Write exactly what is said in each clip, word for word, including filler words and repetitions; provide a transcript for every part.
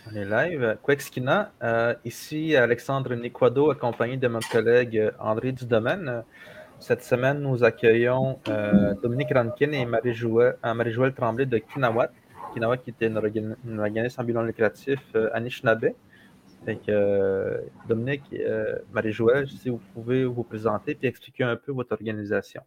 On est live. Quexkina, euh, ici Alexandre Niquado, accompagné de mon collègue euh, André Dudomaine. Cette semaine, nous accueillons euh, Dominique Rankin et Marie-Joëlle euh, Marie Tremblay de Kinawat. Kinawat qui était une, organ une organisme ambulant lucratif euh, Anishinaabe. Fait que, euh, Dominique, euh, Marie-Joëlle, si vous pouvez vous présenter et expliquer un peu votre organisation.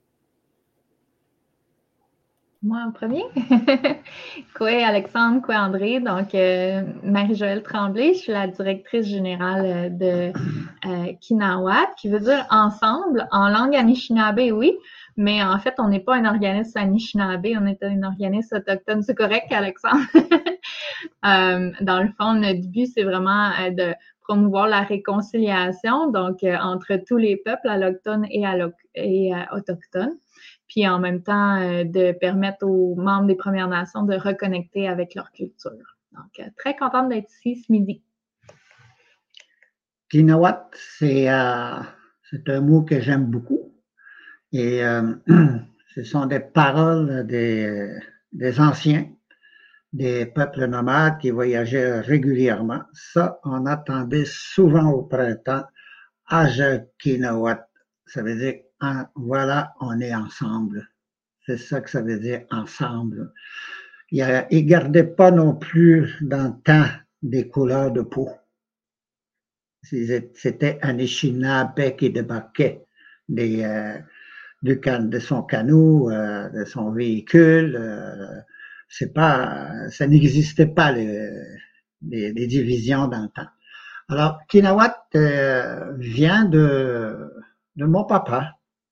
Moi en premier? Quoi, Alexandre, quoi, André. Donc, euh, Marie-Joëlle Tremblay, je suis la directrice générale de euh, Kinawat, qui veut dire ensemble. En langue Anishinaabe, oui, mais en fait, on n'est pas un organisme Anishinaabe, on est un organisme autochtone. C'est correct, Alexandre? euh, dans le fond, notre but, c'est vraiment euh, de promouvoir la réconciliation, donc euh, entre tous les peuples allochtones et, allo et euh, autochtones. Puis en même temps, euh, de permettre aux membres des Premières Nations de reconnecter avec leur culture. Donc, euh, très contente d'être ici ce midi. Kinawat, c'est euh, un mot que j'aime beaucoup. Et euh, ce sont des paroles des, des anciens, des peuples nomades qui voyageaient régulièrement. Ça, on attendait souvent au printemps, Aja Kinawat. Ça veut dire, voilà, on est ensemble. C'est ça que ça veut dire, ensemble. Ils ne gardaient pas non plus dans le temps des couleurs de peau. C'était Anishinaabe qui débarquait des, euh, du can, de son canot, euh, de son véhicule. Euh, c'est pas, ça n'existait pas les, les, les divisions dans le temps. Alors, Kinawat euh, vient de, de mon papa.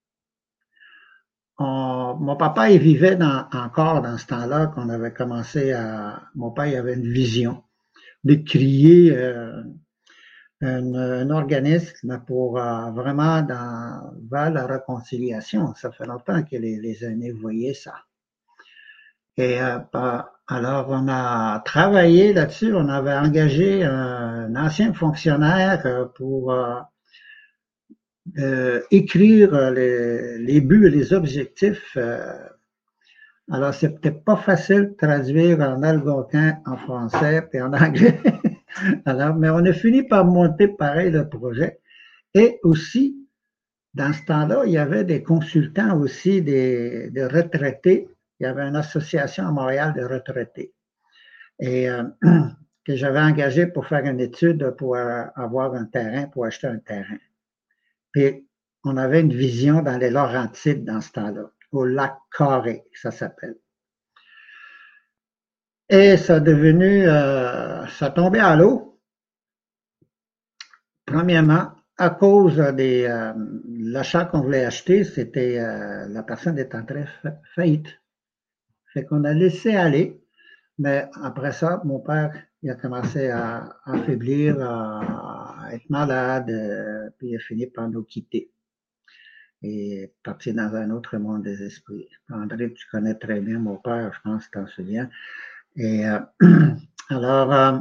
On, mon papa, il vivait dans, encore dans ce temps-là qu'on avait commencé à... Mon père, il avait une vision de créer euh, un, un organisme pour euh, vraiment dans, vers la réconciliation. Ça fait longtemps que les, les aînés voyaient ça. Et euh, alors, on a travaillé là-dessus. On avait engagé un, un ancien fonctionnaire pour euh, euh, écrire les, les buts et les objectifs. Euh, alors, c'était pas facile de traduire en algonquin, en français et en anglais. Alors, mais on a fini par monter pareil le projet. Et aussi, dans ce temps-là, il y avait des consultants aussi, des, des retraités. Il y avait une association à Montréal de retraités. Et euh, que j'avais engagé pour faire une étude pour euh, avoir un terrain, pour acheter un terrain. Puis, on avait une vision dans les Laurentides dans ce temps-là, au lac Carré, ça s'appelle. Et ça a devenu, euh, ça tombait à l'eau. Premièrement, à cause des euh, l'achat qu'on voulait acheter, c'était euh, la personne est en très faillite. Fait qu'on a laissé aller, mais après ça, mon père il a commencé à, à affaiblir, à, à être malade, euh, puis il a fini par nous quitter et partir dans un autre monde des esprits. André, tu connais très bien mon père, je pense que tu t'en souviens. Et euh, alors, euh,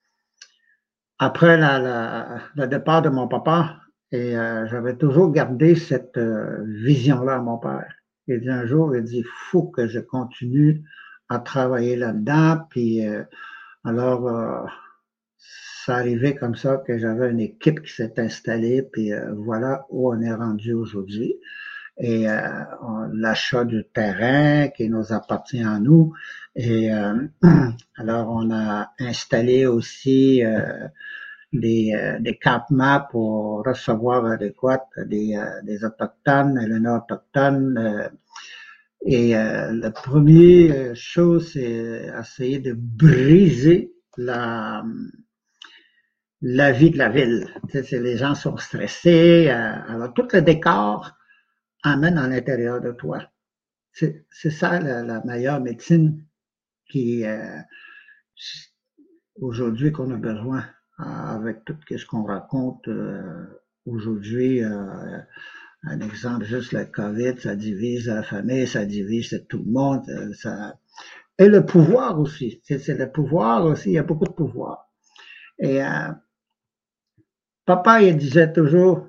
après la, la, le départ de mon papa, et euh, j'avais toujours gardé cette euh, vision-là à mon père. Il dit un jour, il dit, il faut que je continue à travailler là-dedans. Puis euh, alors, euh, ça arrivait comme ça que j'avais une équipe qui s'est installée. Puis euh, voilà où on est rendu aujourd'hui. Et euh, l'achat du terrain qui nous appartient à nous. Et euh, alors, on a installé aussi euh, des, euh, des campements pour recevoir adéquat des, euh, des autochtones et les non-autochtones. Euh, et euh, la première chose, c'est essayer de briser la, la vie de la ville. Tu sais, les gens sont stressés. Euh, alors, tout le décor amène à l'intérieur de toi. C'est ça la, la, meilleure médecine qui euh, aujourd'hui qu'on a besoin avec tout ce qu'on raconte euh, aujourd'hui. Euh, un exemple, juste le COVID, ça divise la famille, ça divise tout le monde. Ça... Et le pouvoir aussi. C'est le pouvoir aussi, il y a beaucoup de pouvoir. Et euh, papa, il disait toujours,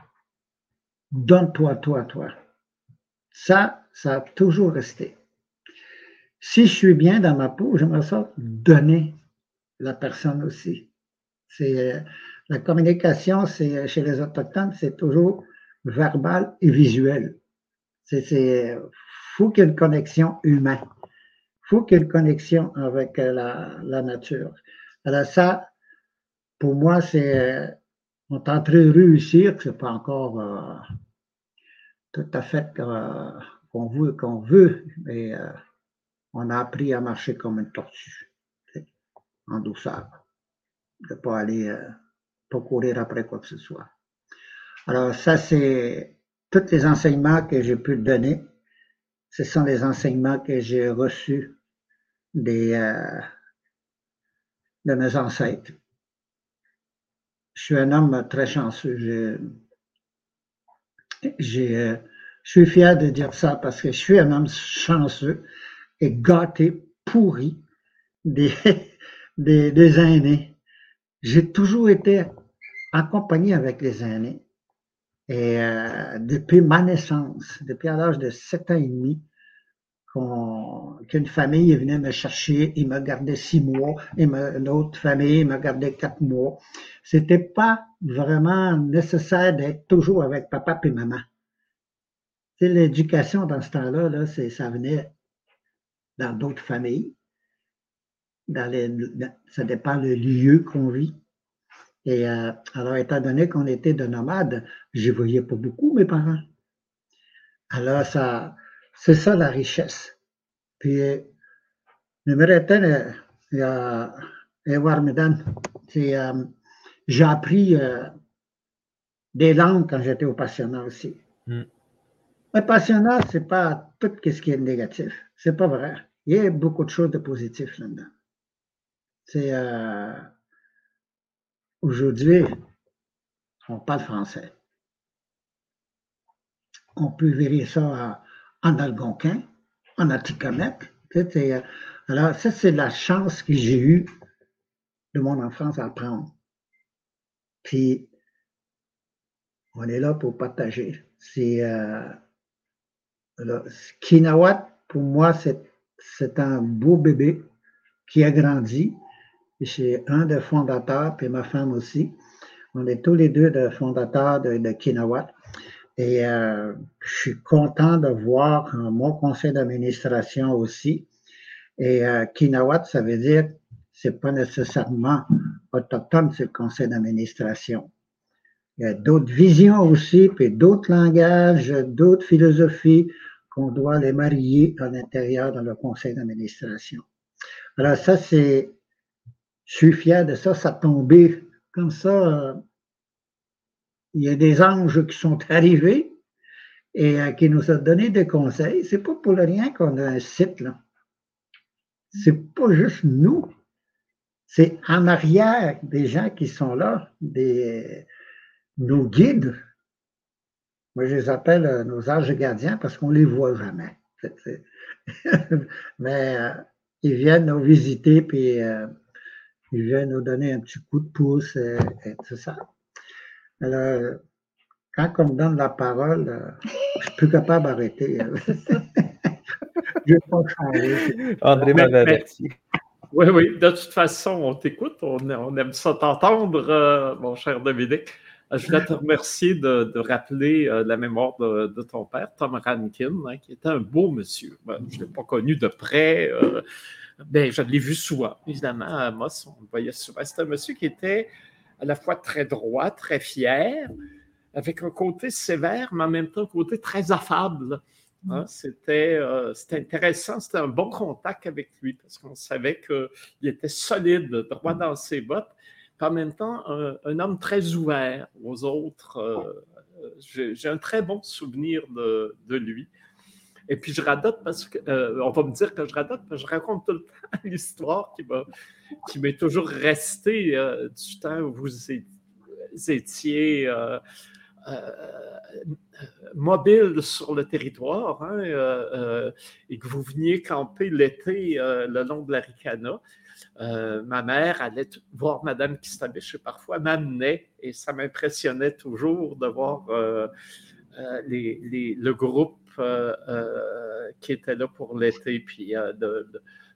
donne-toi, toi, toi. Ça, ça a toujours resté. Si je suis bien dans ma peau, j'aimerais ça donner la personne aussi. C'est, la communication, c'est, chez les Autochtones, c'est toujours verbal et visuel. C'est, c'est faut qu'il y ait une connexion humaine. Faut qu'il y ait une connexion avec la, la nature. Alors ça, pour moi, c'est, on est en train de réussir, c'est pas encore euh, tout à fait euh, qu'on veut, qu'on veut, mais euh, on a appris à marcher comme une tortue, en douceur, de ne pas aller, euh, pas courir après quoi que ce soit. Alors ça, c'est tous les enseignements que j'ai pu donner. Ce sont les enseignements que j'ai reçus des, euh, de mes ancêtres. Je suis un homme très chanceux. J'ai, j'ai, euh, je suis fier de dire ça parce que je suis un homme chanceux et gâté, pourri des, des, des aînés. J'ai toujours été accompagné avec les aînés. Et euh, depuis ma naissance, depuis à l'âge de sept ans et demi, qu'on, qu'une famille venait me chercher, ils me gardaient six mois, et me, une autre famille me gardait quatre mois. C'était pas vraiment nécessaire d'être toujours avec papa et maman. Tu sais, l'éducation dans ce temps-là, là, c'est, ça venait dans d'autres familles. Dans les, ça dépend le lieu qu'on vit. Et euh, alors, étant donné qu'on était de nomades, je voyais pas beaucoup mes parents. Alors, ça, c'est ça la richesse. Puis, numéro un, il y a Edouard Medan. C'est, euh, j'ai appris euh, des langues quand j'étais au pensionnat aussi. Mm. Le pensionnat, c'est pas tout ce qui est négatif. C'est pas vrai. Il y a beaucoup de choses de positif là-dedans. C'est euh, aujourd'hui, on parle français. On peut vérifier ça en algonquin, en atikamekw. Alors, ça, c'est la chance que j'ai eue de mon enfance à apprendre. Puis, on est là pour partager. C'est euh, Kinawat, pour moi, c'est, c'est un beau bébé qui a grandi. C'est un des fondateurs, puis ma femme aussi. On est tous les deux des fondateurs de, de Kinawat. Et euh, je suis content de voir euh, mon conseil d'administration aussi. Et euh, Kinawat, ça veut dire, c'est pas nécessairement autochtone, c'est le conseil d'administration. Il y a d'autres visions aussi, puis d'autres langages, d'autres philosophies qu'on doit les marier à l'intérieur dans le conseil d'administration. Alors ça, c'est, je suis fier de ça, ça tombé comme ça. Euh, il y a des anges qui sont arrivés et euh, qui nous ont donné des conseils. C'est pas pour rien qu'on a un site, là. C'est pas juste nous. C'est en arrière des gens qui sont là, des, nos guides. Moi, je les appelle euh, nos anges gardiens parce qu'on les voit jamais. C'est, c'est... Mais euh, ils viennent nous visiter puis euh, ils viennent nous donner un petit coup de pouce et, et tout ça. Alors, quand on me donne la parole, euh, je suis plus capable d'arrêter. Je vais pas changer. André m'avait averti. Oui, oui, de toute façon, on t'écoute, on, on aime ça t'entendre, euh, mon cher Dominique. Je voulais te remercier de, de rappeler euh, la mémoire de, de ton père, Tom Rankin, hein, qui était un beau monsieur. Ben, je ne l'ai pas connu de près, euh, ben, je l'ai vu souvent, évidemment, à Amos, on le voyait souvent. C'était un monsieur qui était à la fois très droit, très fier, avec un côté sévère, mais en même temps un côté très affable. Hein, c'était, euh, c'était intéressant, c'était un bon contact avec lui parce qu'on savait qu'il était solide, droit dans ses bottes, puis en même temps un, un homme très ouvert aux autres. Euh, j'ai, j'ai un très bon souvenir de, de lui. Et puis je radote parce que, euh, on va me dire que je radote, parce que je raconte tout le temps l'histoire qui, m'a, qui m'est toujours restée euh, du temps où vous étiez... Euh, Euh, mobile sur le territoire hein, euh, euh, et que vous veniez camper l'été euh, le long de la Ricana. Euh, ma mère allait t- voir Madame Kistabiche et parfois m'amenait et ça m'impressionnait toujours de voir euh, euh, les, les, le groupe euh, euh, qui était là pour l'été puis euh, de, de,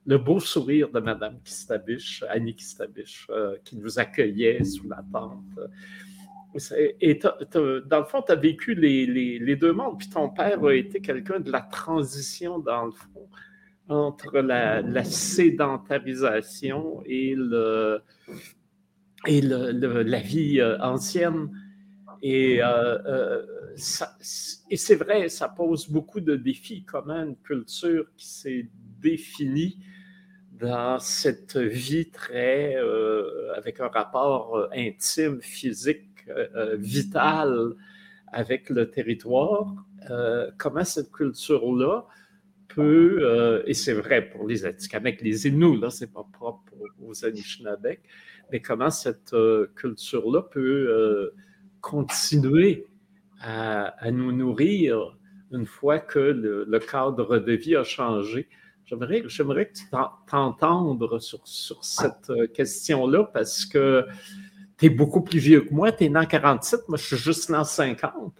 le beau sourire de Mme Kistabiche, Annie Kistabiche, euh, qui nous accueillait sous la tente. Et t'as, t'as, dans le fond, tu as vécu les, les, les deux mondes, puis ton père a été quelqu'un de la transition, dans le fond, entre la, la sédentarisation et, le, et le, le, la vie euh, ancienne. Et, euh, euh, ça, et c'est vrai, ça pose beaucoup de défis. Comment une culture qui s'est définie dans cette vie très, euh, avec un rapport euh, intime, physique, euh, vital avec le territoire, euh, comment cette culture-là peut, euh, et c'est vrai pour les Atikamekw, les Inuits, là, c'est pas propre aux Anishinabek, mais comment cette euh, culture-là peut euh, continuer à, à nous nourrir une fois que le, le cadre de vie a changé. J'aimerais, j'aimerais que tu t'entendes sur, sur cette question-là parce que tu es beaucoup plus vieux que moi, tu es né en quarante-sept, moi je suis juste né en cinquante.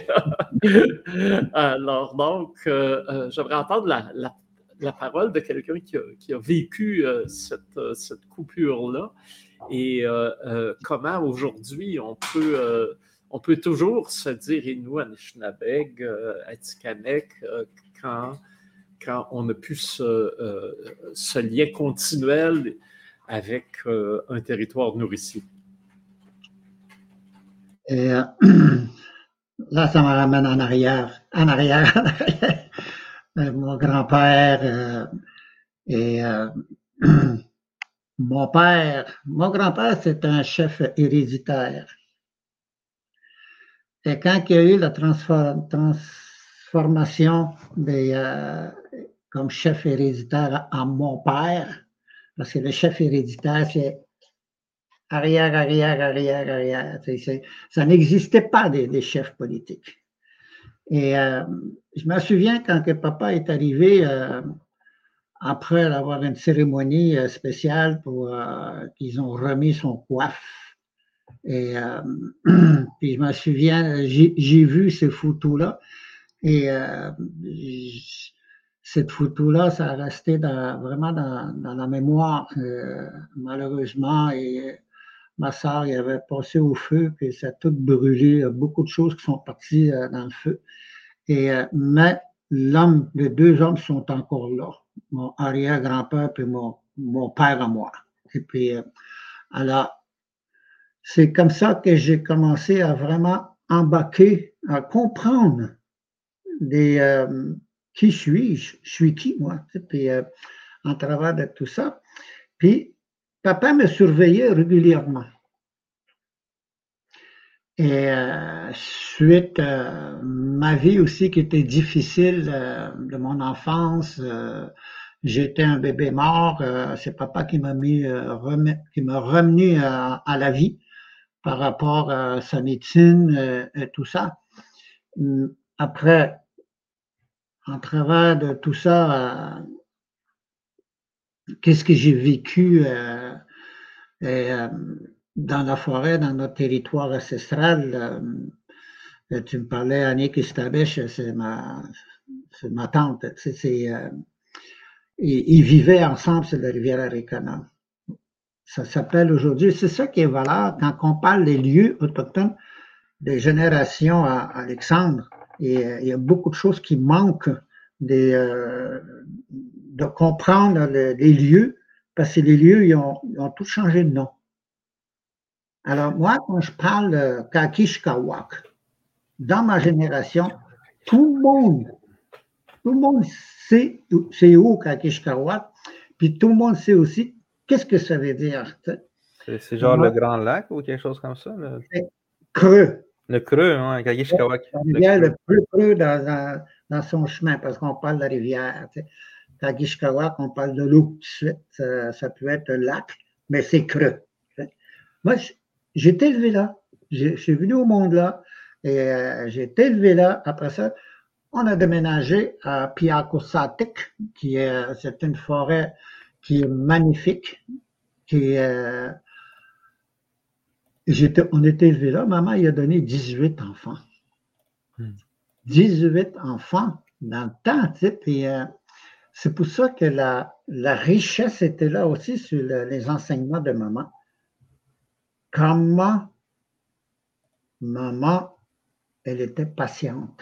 Alors donc, euh, j'aimerais entendre la, la, la parole de quelqu'un qui a, qui a vécu euh, cette, cette coupure-là et euh, euh, comment aujourd'hui on peut, euh, on peut toujours se dire Inuit, Anishinabek, euh, Atikamekw euh, quand, quand on a pu ce, euh, ce lien continuel avec euh, un territoire nourricier. Et euh, là, ça me ramène en arrière, en arrière, en arrière. Euh, mon grand-père euh, et euh, mon père, mon grand-père, c'est un chef héréditaire. Et quand il y a eu la transform, transformation des, euh, comme chef héréditaire en mon père, parce que le chef héréditaire, c'est arrière, arrière, arrière, arrière. C'est, ça n'existait pas des, des chefs politiques. Et euh, je me souviens quand que papa est arrivé, euh, après avoir une cérémonie euh, spéciale pour euh, qu'ils ont remis son coiffe. Et euh, puis je me souviens, j'ai, j'ai vu ces photos-là. Et euh, cette photo-là, ça a resté dans, vraiment dans, dans la mémoire, euh, malheureusement. Et ma soeur, il avait passé au feu, puis ça a tout brûlé. Il y a beaucoup de choses qui sont parties euh, dans le feu. Et, euh, mais l'homme, les deux hommes sont encore là. Mon arrière-grand-père et mon, mon père à moi. Et puis, euh, alors, c'est comme ça que j'ai commencé à vraiment embarquer, à comprendre des, euh, qui suis-je, je suis qui moi, puis euh, en travers de tout ça. Puis, papa me surveillait régulièrement. Et euh, suite à ma vie aussi qui était difficile euh, de mon enfance, euh, j'étais un bébé mort. Euh, c'est papa qui m'a mis, euh, remis, qui m'a ramené à, à la vie par rapport à sa médecine euh, et tout ça. Après, en travers de tout ça, euh, qu'est-ce que j'ai vécu euh, et, euh, dans la forêt, dans notre territoire ancestral. Euh, tu me parlais, Annie Kistabiche, c'est ma, c'est ma tante. C'est, c'est, euh, ils, ils vivaient ensemble sur la rivière Arikana. Ça s'appelle aujourd'hui, c'est ça qui est valable quand on parle des lieux autochtones des générations à Alexandre. Et euh, il y a beaucoup de choses qui manquent des, euh, de comprendre le, les lieux, parce que les lieux, ils ont, ils ont tous changé de nom. Alors, moi, quand je parle de Kakishkawak, dans ma génération, tout le monde, tout le monde sait c'est où Kakishkawak, puis tout le monde sait aussi qu'est-ce que ça veut dire. C'est, c'est genre moi, le Grand Lac ou quelque chose comme ça? Le... C'est creux. Le creux, hein, Kakishkawak. La rivière, le plus creux dans, dans, dans son chemin, parce qu'on parle de la rivière. Kakishkawak, on parle de l'eau tout de suite. Ça, ça peut être un lac, mais c'est creux. Moi, j'ai été élevé là. Je suis venu au monde là. Et euh, j'ai été élevé là. Après ça, on a déménagé à Piakosatik, qui est, c'est une forêt qui est magnifique. Qui est, euh, j'étais, on était élevé là. Maman, il a donné dix-huit enfants. dix-huit enfants dans le temps, tu sais. Puis, euh, c'est pour ça que la, la richesse était là aussi sur le, les enseignements de maman. Comment maman, elle était patiente.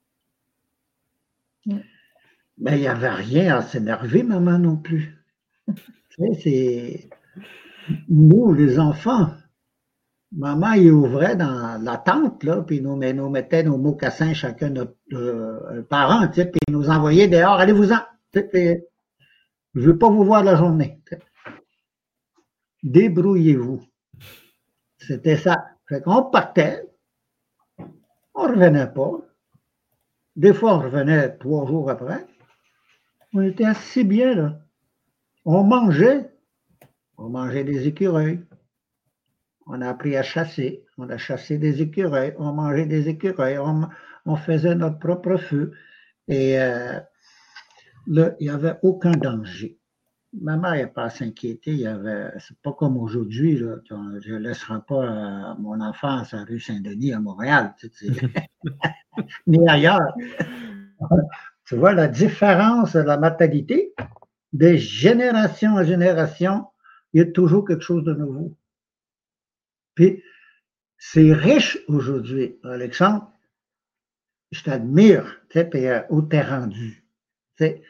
Mm. Mais il n'y avait rien à s'énerver, maman non plus. Tu sais, c'est nous, les enfants. Maman, il ouvrait dans la tente, là, puis nous, mais nous mettait nos mocassins, chacun notre euh, parent, tu sais, puis il nous envoyait dehors, allez-vous-en. Tu sais, je ne veux pas vous voir la journée. Tu sais. Débrouillez-vous. C'était ça. Fait qu'on partait, on ne revenait pas. Des fois, on revenait trois jours après. On était assez bien, là. On mangeait. On mangeait des écureuils. On a appris à chasser. On a chassé des écureuils. On mangeait des écureuils. On, on faisait notre propre feu. Et euh, là, il n'y avait aucun danger. Ma mère n'est pas à s'inquiéter. Il y avait, c'est pas comme aujourd'hui, là. Je ne laisserai pas euh, mon enfance à rue Saint-Denis à Montréal, tu sais, ni ailleurs. Tu vois la différence de la mentalité? De génération en génération, il y a toujours quelque chose de nouveau. Puis, c'est riche aujourd'hui, Alexandre. Je t'admire, tu sais, puis euh, où t'es rendu. Tu sais,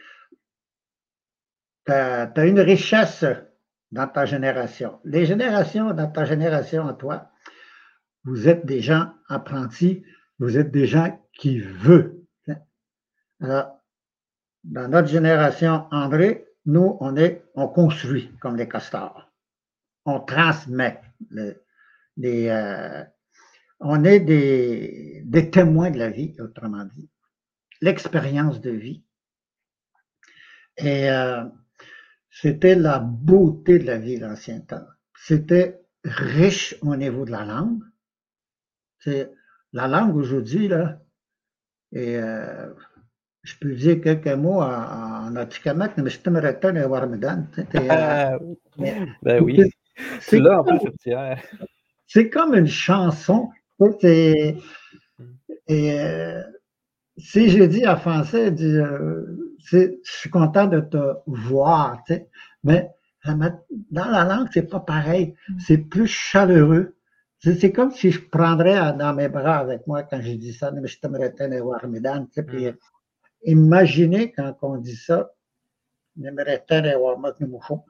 t'as, t'as une richesse dans ta génération. Les générations dans ta génération, à toi, vous êtes des gens apprentis, vous êtes des gens qui veulent. Alors, dans notre génération, André, nous, on est, on construit comme les castors. On transmet. Le, les, euh, on est des, des témoins de la vie, autrement dit. L'expérience de vie. Et euh, c'était la beauté de la vie l'ancien temps. C'était riche au niveau de la langue. C'est, la langue aujourd'hui, là, et euh, je peux dire quelques mots en, en Atikamekw, mais je t'aimerais tant avoir Warmedan. Ah, ben oui. C'est là en plus, Furtière. C'est comme une chanson. Et, et euh, si j'ai dit en français, dit, euh, je suis content de te voir, tu sais, mais dans la langue, c'est pas pareil. C'est plus chaleureux. C'est comme si je prendrais dans mes bras avec moi quand je dis ça, mais je t'aimerais tant avoir Warmedan. Puis, mm. Imaginez quand on dit ça, j'aimerais tant avoir Warmedan.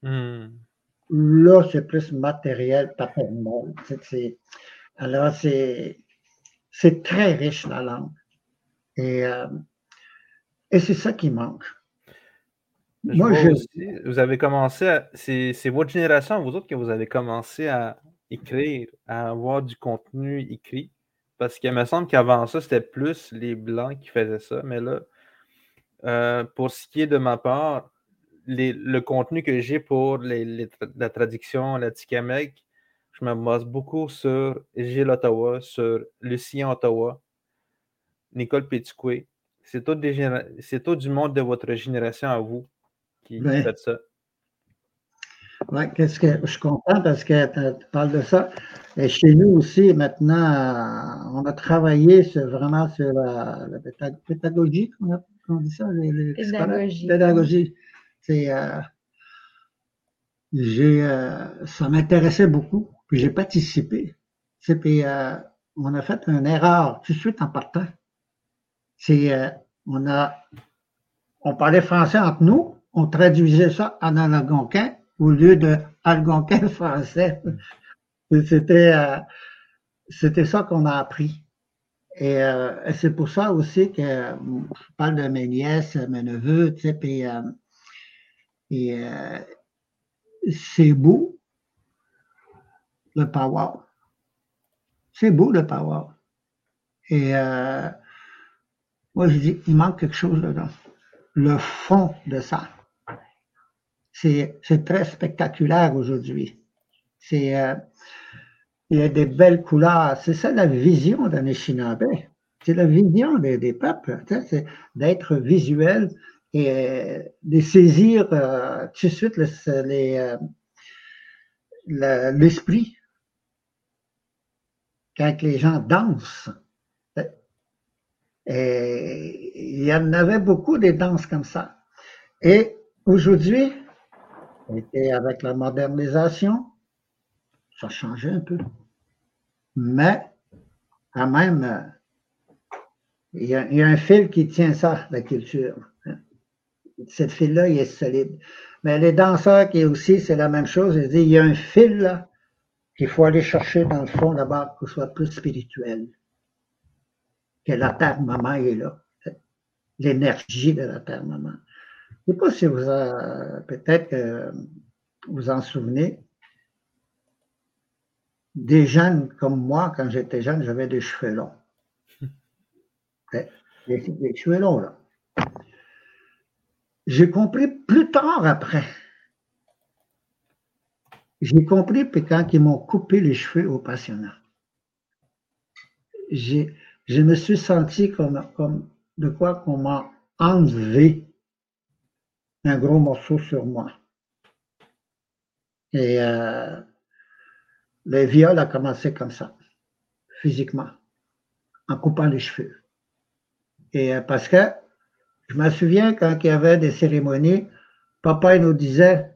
Là, c'est plus matériel, paternel. C'est, alors, c'est, c'est très riche, la langue. Et, euh, et c'est ça qui manque. Je Moi, je... Aussi, vous avez commencé à... C'est, c'est votre génération, vous autres, que vous avez commencé à écrire, à avoir du contenu écrit. Parce qu'il me semble qu'avant ça, c'était plus les Blancs qui faisaient ça. Mais là, euh, pour ce qui est de ma part, les, le contenu que j'ai pour les, les, la traduction, l'Atikamekw, je me base beaucoup sur Gilles Ottawa, sur Lucien Ottawa, Nicole Pétuquet. C'est tout, des géné... c'est tout du monde de votre génération à vous qui, ouais. qui fait ça. Oui, qu'est-ce que je suis content parce que tu parles de ça. Et chez nous aussi, maintenant, on a travaillé sur, vraiment sur la, la pédagogie, on, a, on dit ça, les, les pédagogie. pédagogie. C'est, euh, j'ai, euh, ça m'intéressait beaucoup, puis j'ai participé. C'est, puis, euh, on a fait une erreur tout de suite en partant. C'est, euh, on a, on parlait français entre nous, on traduisait ça en algonquin au lieu de algonquin français. C'était, euh, c'était ça qu'on a appris. Et, euh, et c'est pour ça aussi que je parle de mes nièces, mes neveux, tu sais, puis euh, et, euh, c'est beau le power. C'est beau le power. Et euh, moi, je dis, il manque quelque chose dedans. Le fond de ça. C'est, c'est très spectaculaire aujourd'hui. C'est, euh, il y a des belles couleurs. C'est ça la vision d'Anishinaabe. C'est la vision des, des peuples. C'est d'être visuel et de saisir euh, tout de suite le, les, euh, le, l'esprit quand les gens dansent. Et il y en avait beaucoup des danses comme ça. Et aujourd'hui, et avec la modernisation, ça a changé un peu. Mais quand même, il y a, il y a un fil qui tient ça, la culture. Cette fil-là, il est solide. Mais les danseurs qui aussi, c'est la même chose. Ils disent, il y a un fil là qu'il faut aller chercher dans le fond d'abord pour que ce soit plus spirituel. Que la terre maman est là. L'énergie de la terre maman. Je ne sais pas si vous a, peut-être que vous en souvenez. Des jeunes comme moi, quand j'étais jeune, j'avais des cheveux longs. Des, des cheveux longs, là. J'ai compris plus tard après. J'ai compris puis quand ils m'ont coupé les cheveux au passionnat. J'ai, je me suis senti comme, comme de quoi qu'on m'a enlevé un gros morceau sur moi. Et euh, le viol a commencé comme ça, physiquement, en coupant les cheveux. Et euh, parce que je me souviens quand il y avait des cérémonies, papa il nous disait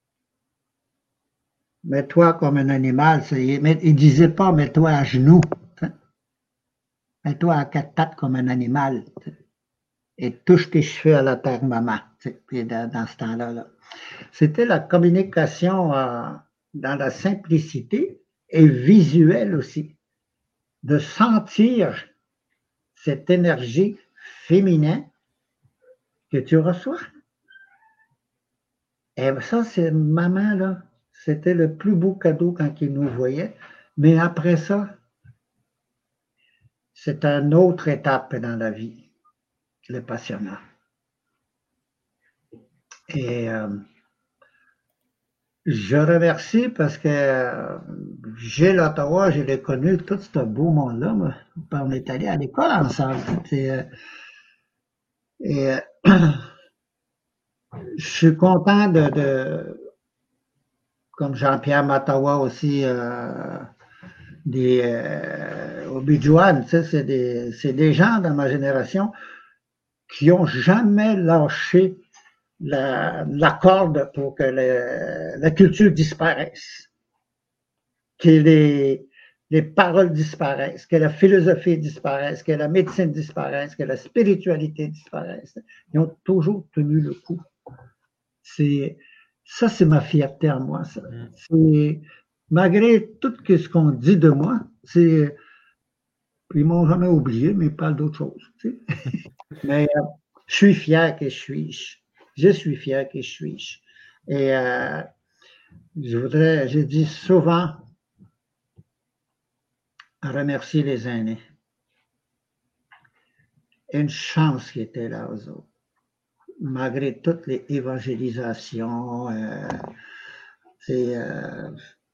mets-toi comme un animal. Il ne disait pas mets-toi à genoux. Mets-toi à quatre pattes comme un animal. Et touche tes cheveux à la terre maman. Dans, dans ce temps-là. Là. C'était la communication euh, dans la simplicité et visuelle aussi. De sentir cette énergie féminine que tu reçois. Et ça, c'est maman, là. C'était le plus beau cadeau quand il nous voyait. Mais après ça, c'est une autre étape dans la vie, le passionnat. Et euh, je remercie parce que euh, j'ai l'Ottawa, je l'ai connu, tout ce beau monde-là. Moi. On est allé à l'école ensemble. Et, euh, et euh, je suis content de, de comme Jean-Pierre Mattawa aussi, euh, des euh, Obidjouan, tu sais, c'est des, c'est des gens de ma génération qui n'ont jamais lâché la, la corde pour que le, la culture disparaisse, que les, les paroles disparaissent, que la philosophie disparaisse, que la médecine disparaisse, que la spiritualité disparaisse. Ils ont toujours tenu le coup. C'est, ça, c'est ma fierté en moi. Ça. C'est, malgré tout ce qu'on dit de moi, c'est, ils m'ont jamais oublié, mais ils parlent d'autre chose. Tu sais. Mais euh, je suis fier que je suis. Je suis fier que je suis. Et euh, je voudrais, j'ai dit souvent, remercier les aînés. Une chance qui était là aux autres. Malgré toutes les évangélisations, euh, c'est, euh,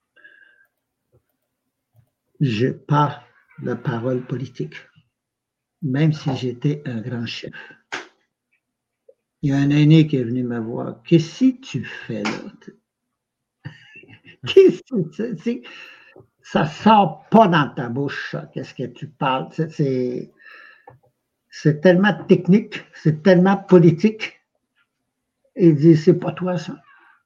je n'ai pas de parole politique, même si j'étais un grand chef. Il y a un aîné qui est venu me voir. Qu'est-ce que tu fais là? Qu'est-ce que c'est? Ça sort pas dans ta bouche, ça. Qu'est-ce que tu parles? C'est, c'est, c'est tellement technique, c'est tellement politique. Il dit, c'est pas toi, ça.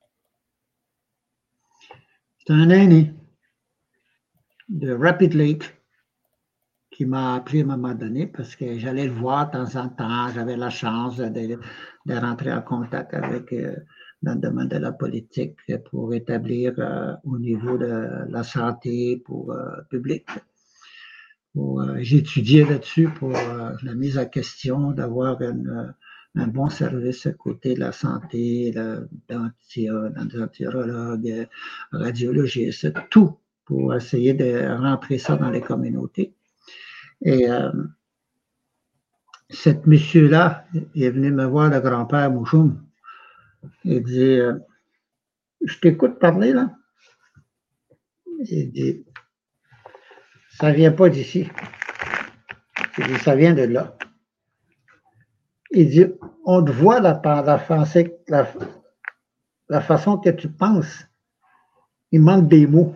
C'est un aîné de Rapid Lake qui m'a appelé à un moment donné parce que j'allais le voir de temps en temps. J'avais la chance de, de rentrer en contact avec euh, dans le domaine de la politique pour établir euh, au niveau de la santé pour euh, public. Euh, J'étudiais là-dessus pour euh, la mise en question d'avoir une, un bon service à côté de la santé, le dentologue, radiologiste, tout pour essayer de rentrer ça dans les communautés. Et euh, cet monsieur-là est venu me voir, le grand-père Mouchoum. Il dit, euh, je t'écoute parler là. Il dit, ça ne vient pas d'ici. Il dit, ça vient de là. Il dit, on te voit la, la, la, la façon que tu penses. Il manque des mots.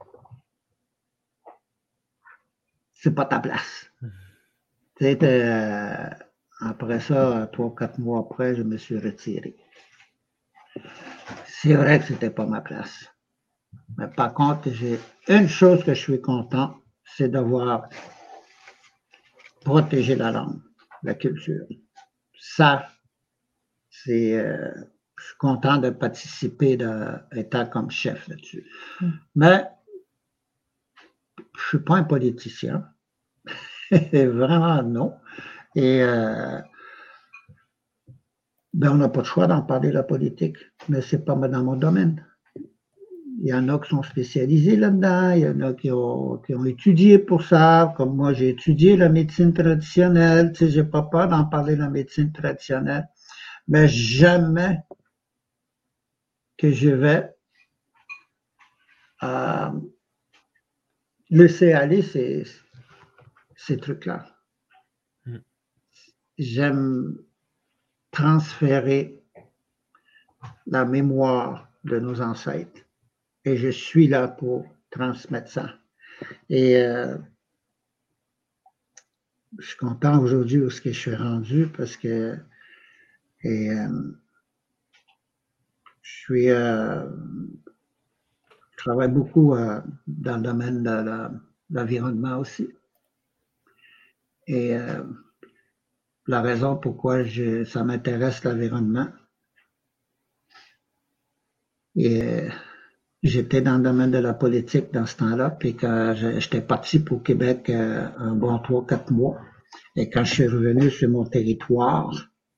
C'est pas ta place. Euh, après ça, trois, quatre mois après, je me suis retiré. c'est vrai que c'était pas ma place. Mais par contre, j'ai une chose que je suis content, c'est d'avoir protégé la langue, la culture. Ça, c'est, euh, je suis content de participer d'état comme chef là-dessus. Mm. Mais je suis pas un politicien. Vraiment non. Et euh, ben on n'a pas de choix d'en parler de la politique, mais c'est pas dans mon domaine. Il y en a qui sont spécialisés là-dedans, il y en a qui ont, qui ont étudié pour ça, comme moi j'ai étudié la médecine traditionnelle, tu sais, j'ai pas peur d'en parler de la médecine traditionnelle, mais jamais que je vais euh, laisser aller ces, ces trucs-là. Mm. J'aime transférer la mémoire de nos ancêtres et je suis là pour transmettre ça. Et euh, je suis content aujourd'hui où ce que je suis rendu parce que et, euh, je suis euh, je travaille beaucoup euh, dans le domaine de, la, de l'environnement aussi. Et euh, la raison pourquoi je, ça m'intéresse l'environnement. Et euh, j'étais dans le domaine de la politique dans ce temps-là, puis quand j'étais parti pour Québec euh, un bon trois, quatre mois, et quand je suis revenu sur mon territoire,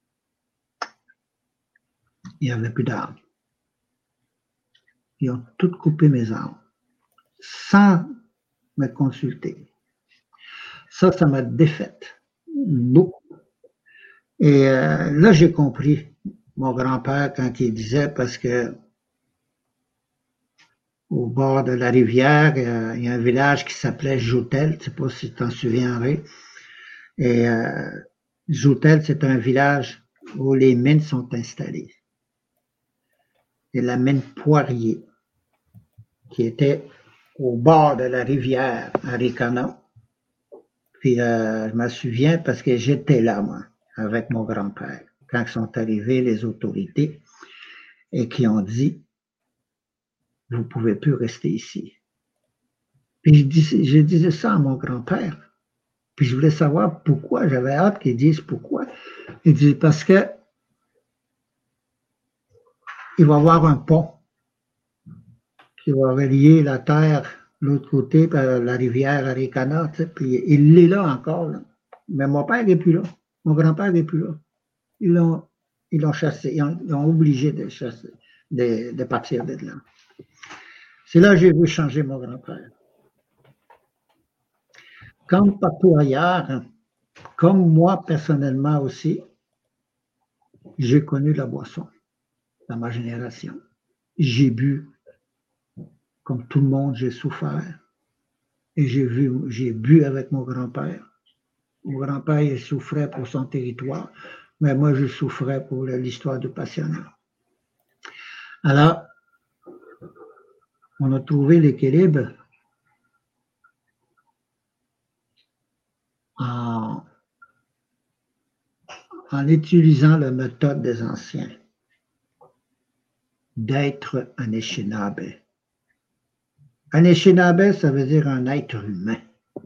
il n'y avait plus d'arbres. Ils ont tout coupé mes arbres, sans me consulter. Ça, ça m'a défaite beaucoup. Et euh, là, j'ai compris mon grand-père quand il disait, parce que au bord de la rivière, euh, il y a un village qui s'appelait Joutel, je ne sais pas si tu t'en souviendrais. Et euh, Joutel, c'est un village où les mines sont installées. Et la mine Poirier, qui était au bord de la rivière à Ricana. Puis euh, je me souviens parce que j'étais là, moi, avec mon grand-père, quand sont arrivés les autorités et qui ont dit « Vous ne pouvez plus rester ici ». Puis je disais, je disais ça à mon grand-père. Puis je voulais savoir pourquoi. J'avais hâte qu'ils disent pourquoi. Il dit parce que il va y avoir un pont qui va relier la terre l'autre côté par la rivière Aricana, tu sais, puis il est là encore. Là. Mais mon père n'est plus là. Mon grand-père n'est plus là. Ils l'ont, ils l'ont chassé. Ils ont, ils ont obligé de chasser, de, de partir de là. C'est là que j'ai vu changer mon grand-père. Comme partout ailleurs, comme moi personnellement aussi, j'ai connu la boisson dans ma génération. J'ai bu, comme tout le monde, j'ai souffert. Et j'ai vu, j'ai bu avec mon grand-père. Mon grand-père, il souffrait pour son territoire, mais moi, je souffrais pour l'histoire du passionnat. Alors, on a trouvé l'équilibre en, en utilisant la méthode des anciens, d'être un Anishinaabe. Un Anishinaabe, ça veut dire un être humain.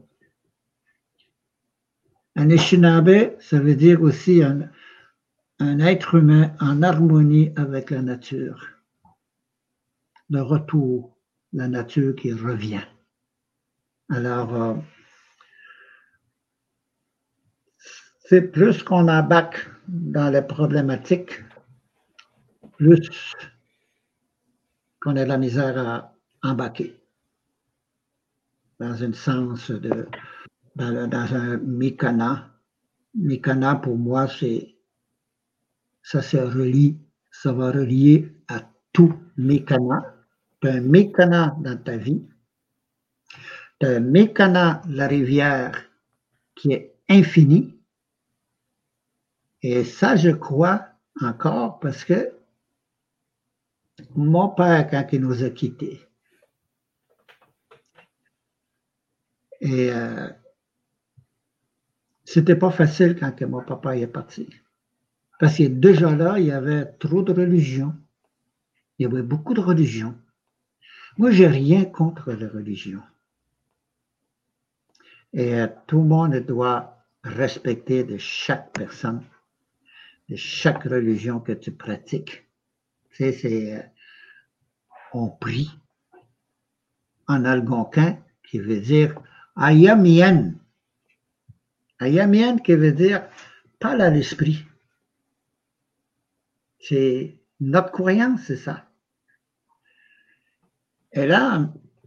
Un Anishinaabe, ça veut dire aussi un, un être humain en harmonie avec la nature. Le retour, la nature qui revient. Alors, euh, c'est plus qu'on embarque dans les problématiques, plus qu'on a de la misère à embarquer dans un sens de, dans, le, dans un mikana. Mikana, pour moi, c'est, ça se relie, ça va relier à tout mikana. Tu as un mikana dans ta vie. Tu as un mikana, la rivière, qui est infini. Et ça, je crois encore parce que mon père, quand il nous a quittés, et euh, c'était pas facile quand mon papa est parti. Parce que déjà là, il y avait trop de religion. Il y avait beaucoup de religions. Moi, j'ai rien contre les religions. Et euh, tout le monde doit respecter de chaque personne, de chaque religion que tu pratiques. Tu sais, c'est, euh, on prie en algonquin, qui veut dire ayamien. Ayamien qui veut dire parle à l'esprit. C'est notre croyance, c'est ça. Et là,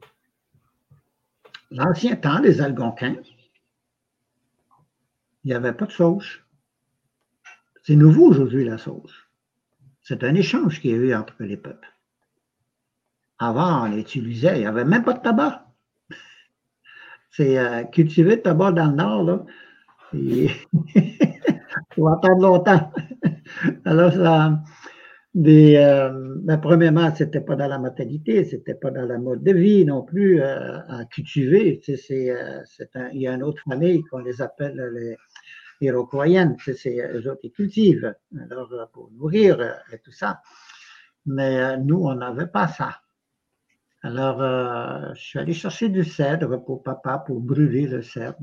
l'ancien temps, les Algonquins, il n'y avait pas de sauge. C'est nouveau aujourd'hui, la sauge. C'est un échange qu'il y a eu entre les peuples. Avant, on utilisait, il n'y avait même pas de tabac. C'est euh, cultiver le tabac dans le Nord, là. Il faut attendre longtemps. Alors, ça, des, euh, ben, premièrement, ce n'était pas dans la mentalité, ce n'était pas dans la mode de vie non plus euh, à cultiver. Tu sais, c'est, euh, c'est un, il y a une autre famille qu'on les appelle les Iroquoiennes. Tu sais, c'est eux autres qui cultivent alors, pour nourrir euh, et tout ça. Mais euh, nous, on n'avait pas ça. Alors, euh, je suis allé chercher du cèdre pour papa, pour brûler le cèdre.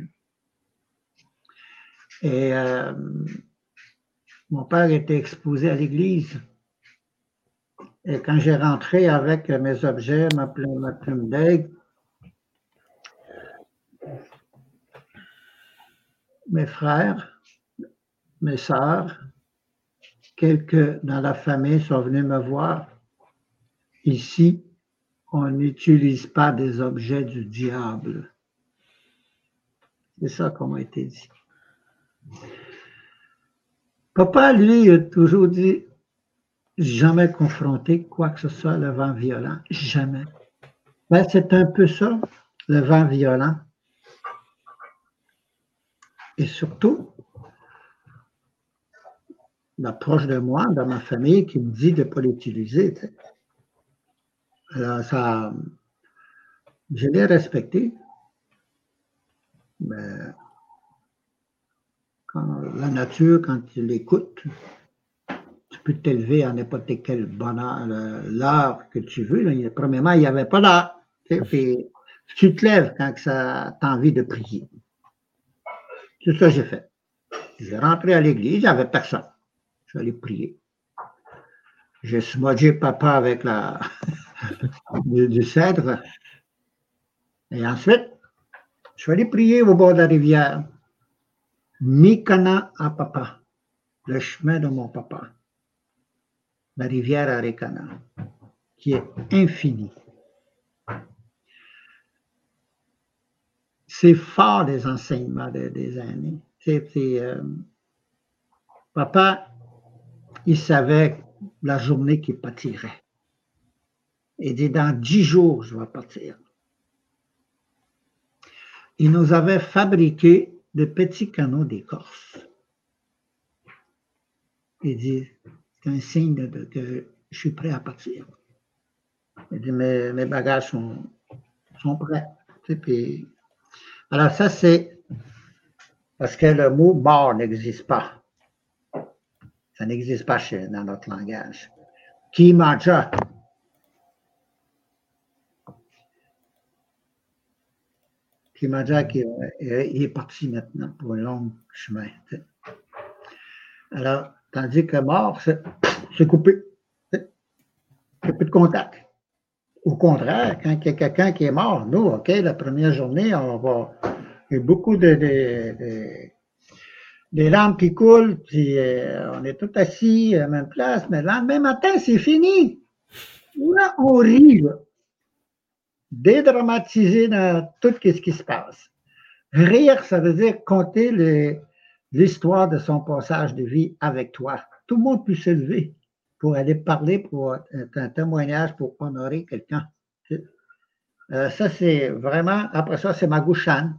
Et euh, mon père était exposé à l'église. Et quand j'ai rentré avec mes objets, ma plume, ma plume d'aigle, mes frères, mes sœurs, quelques dans la famille sont venus me voir. Ici, on n'utilise pas des objets du diable. C'est ça qu'on m'a été dit. Papa, lui, a toujours dit, jamais confronté quoi que ce soit le vent violent. Jamais. Ben, c'est un peu ça, le vent violent. Et surtout, l'approche de moi, dans ma famille, qui me dit de ne pas l'utiliser. Tu sais. Alors, ça, je l'ai respecté. Mais quand la nature, quand tu l'écoutes, tu peux t'élever à n'importe quelle bonne heure, l'heure que tu veux. Là. Premièrement, il n'y avait pas d'heure. Tu sais, puis tu te lèves quand tu as envie de prier. C'est ça que j'ai fait. J'ai rentré à l'église, il n'y avait personne. Je suis allé prier. J'ai smudgé papa avec la, du, du cèdre. Et ensuite, je suis allé prier au bord de la rivière. Mikana à papa, le chemin de mon papa. La rivière Arikana, qui est infinie. C'est fort des enseignements des, des années. C'est, c'est, euh, papa, il savait la journée qu'il partirait. Il dit, dans dix jours, je vais partir. Il nous avait fabriqué de petits canaux d'écorce. Il dit, c'est un signe de, de, que je suis prêt à partir. Il dit, mes, mes bagages sont, sont prêts. Et puis, alors ça, c'est parce que le mot mort n'existe pas. Ça n'existe pas chez, dans notre langage. Kimaja. Kimaja qui il est parti maintenant pour un long chemin. Alors, tandis que mort, c'est, c'est coupé. Il n'y a plus de contact. Au contraire, quand il y a quelqu'un qui est mort, nous, OK, la première journée, on va. Il y a beaucoup de, de, de des larmes qui coulent, puis euh, on est tout assis à la même place, mais le lendemain matin, c'est fini. Là, on rit, là. Dédramatiser dans tout ce qui se passe. Rire, ça veut dire compter les, l'histoire de son passage de vie avec toi. Tout le monde peut s'élever pour aller parler, pour un témoignage, pour honorer quelqu'un. Euh, ça, c'est vraiment, après ça, c'est Magouchan.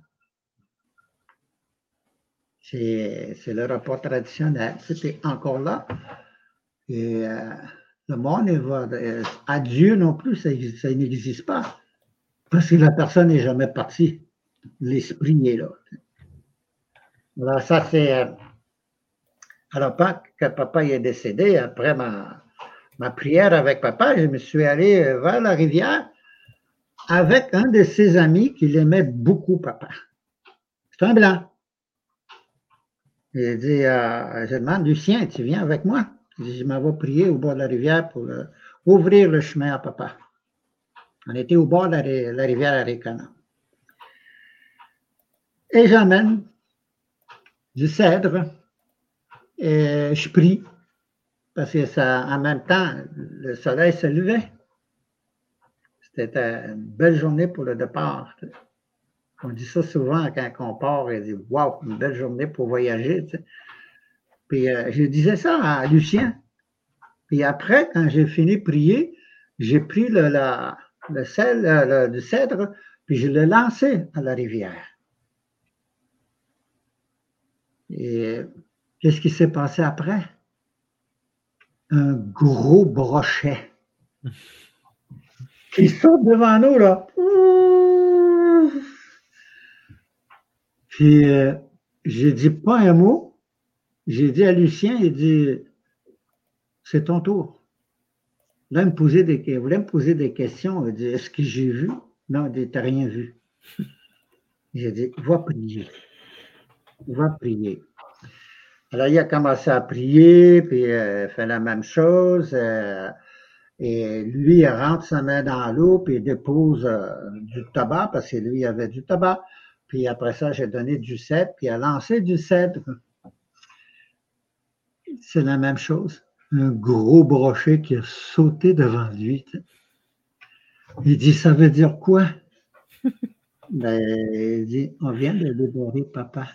C'est, c'est le repas traditionnel. C'était encore là. Et euh, le monde, il va, euh, à Dieu non plus, ça, ça n'existe pas. Parce que la personne n'est jamais partie. L'esprit est là. Alors, ça, c'est. Euh, alors, quand papa est décédé, après ma, ma prière avec papa, je me suis allé vers la rivière avec un de ses amis qui l'aimait beaucoup, papa. C'est un blanc. Il dit, euh, je demande, Lucien, tu viens avec moi? Je dis, je m'en vais prier au bord de la rivière pour euh, ouvrir le chemin à papa. On était au bord de la, la rivière Arikana. Et j'amène du cèdre et je prie parce que ça, en même temps, le soleil se levait. C'était une belle journée pour le départ. On dit ça souvent quand on part, on dit, wow, une belle journée pour voyager. Tu sais. Puis euh, je disais ça à Lucien. Puis après, quand j'ai fini de prier, j'ai pris le, la, le sel le, du cèdre, puis je l'ai lancé à la rivière. Et qu'est-ce qui s'est passé après? Un gros brochet qui saute devant nous, là. Puis euh, j'ai dit pas un mot. J'ai dit à Lucien, il dit, c'est ton tour. Là, il me posait des, il voulait me poser des questions. Il dit, est-ce que j'ai vu? Non, il dit, t'as rien vu. J'ai dit, va prier. Va prier. Alors, il a commencé à prier, puis euh, fait la même chose. Euh, et lui, il rentre sa main dans l'eau, puis il dépose euh, du tabac, parce que lui, il avait du tabac. Puis après ça, j'ai donné du cèdre, puis il a lancé du cèdre. C'est la même chose. Un gros brochet qui a sauté devant lui. Il dit, ça veut dire quoi? Ben, il dit, on vient de libérer papa.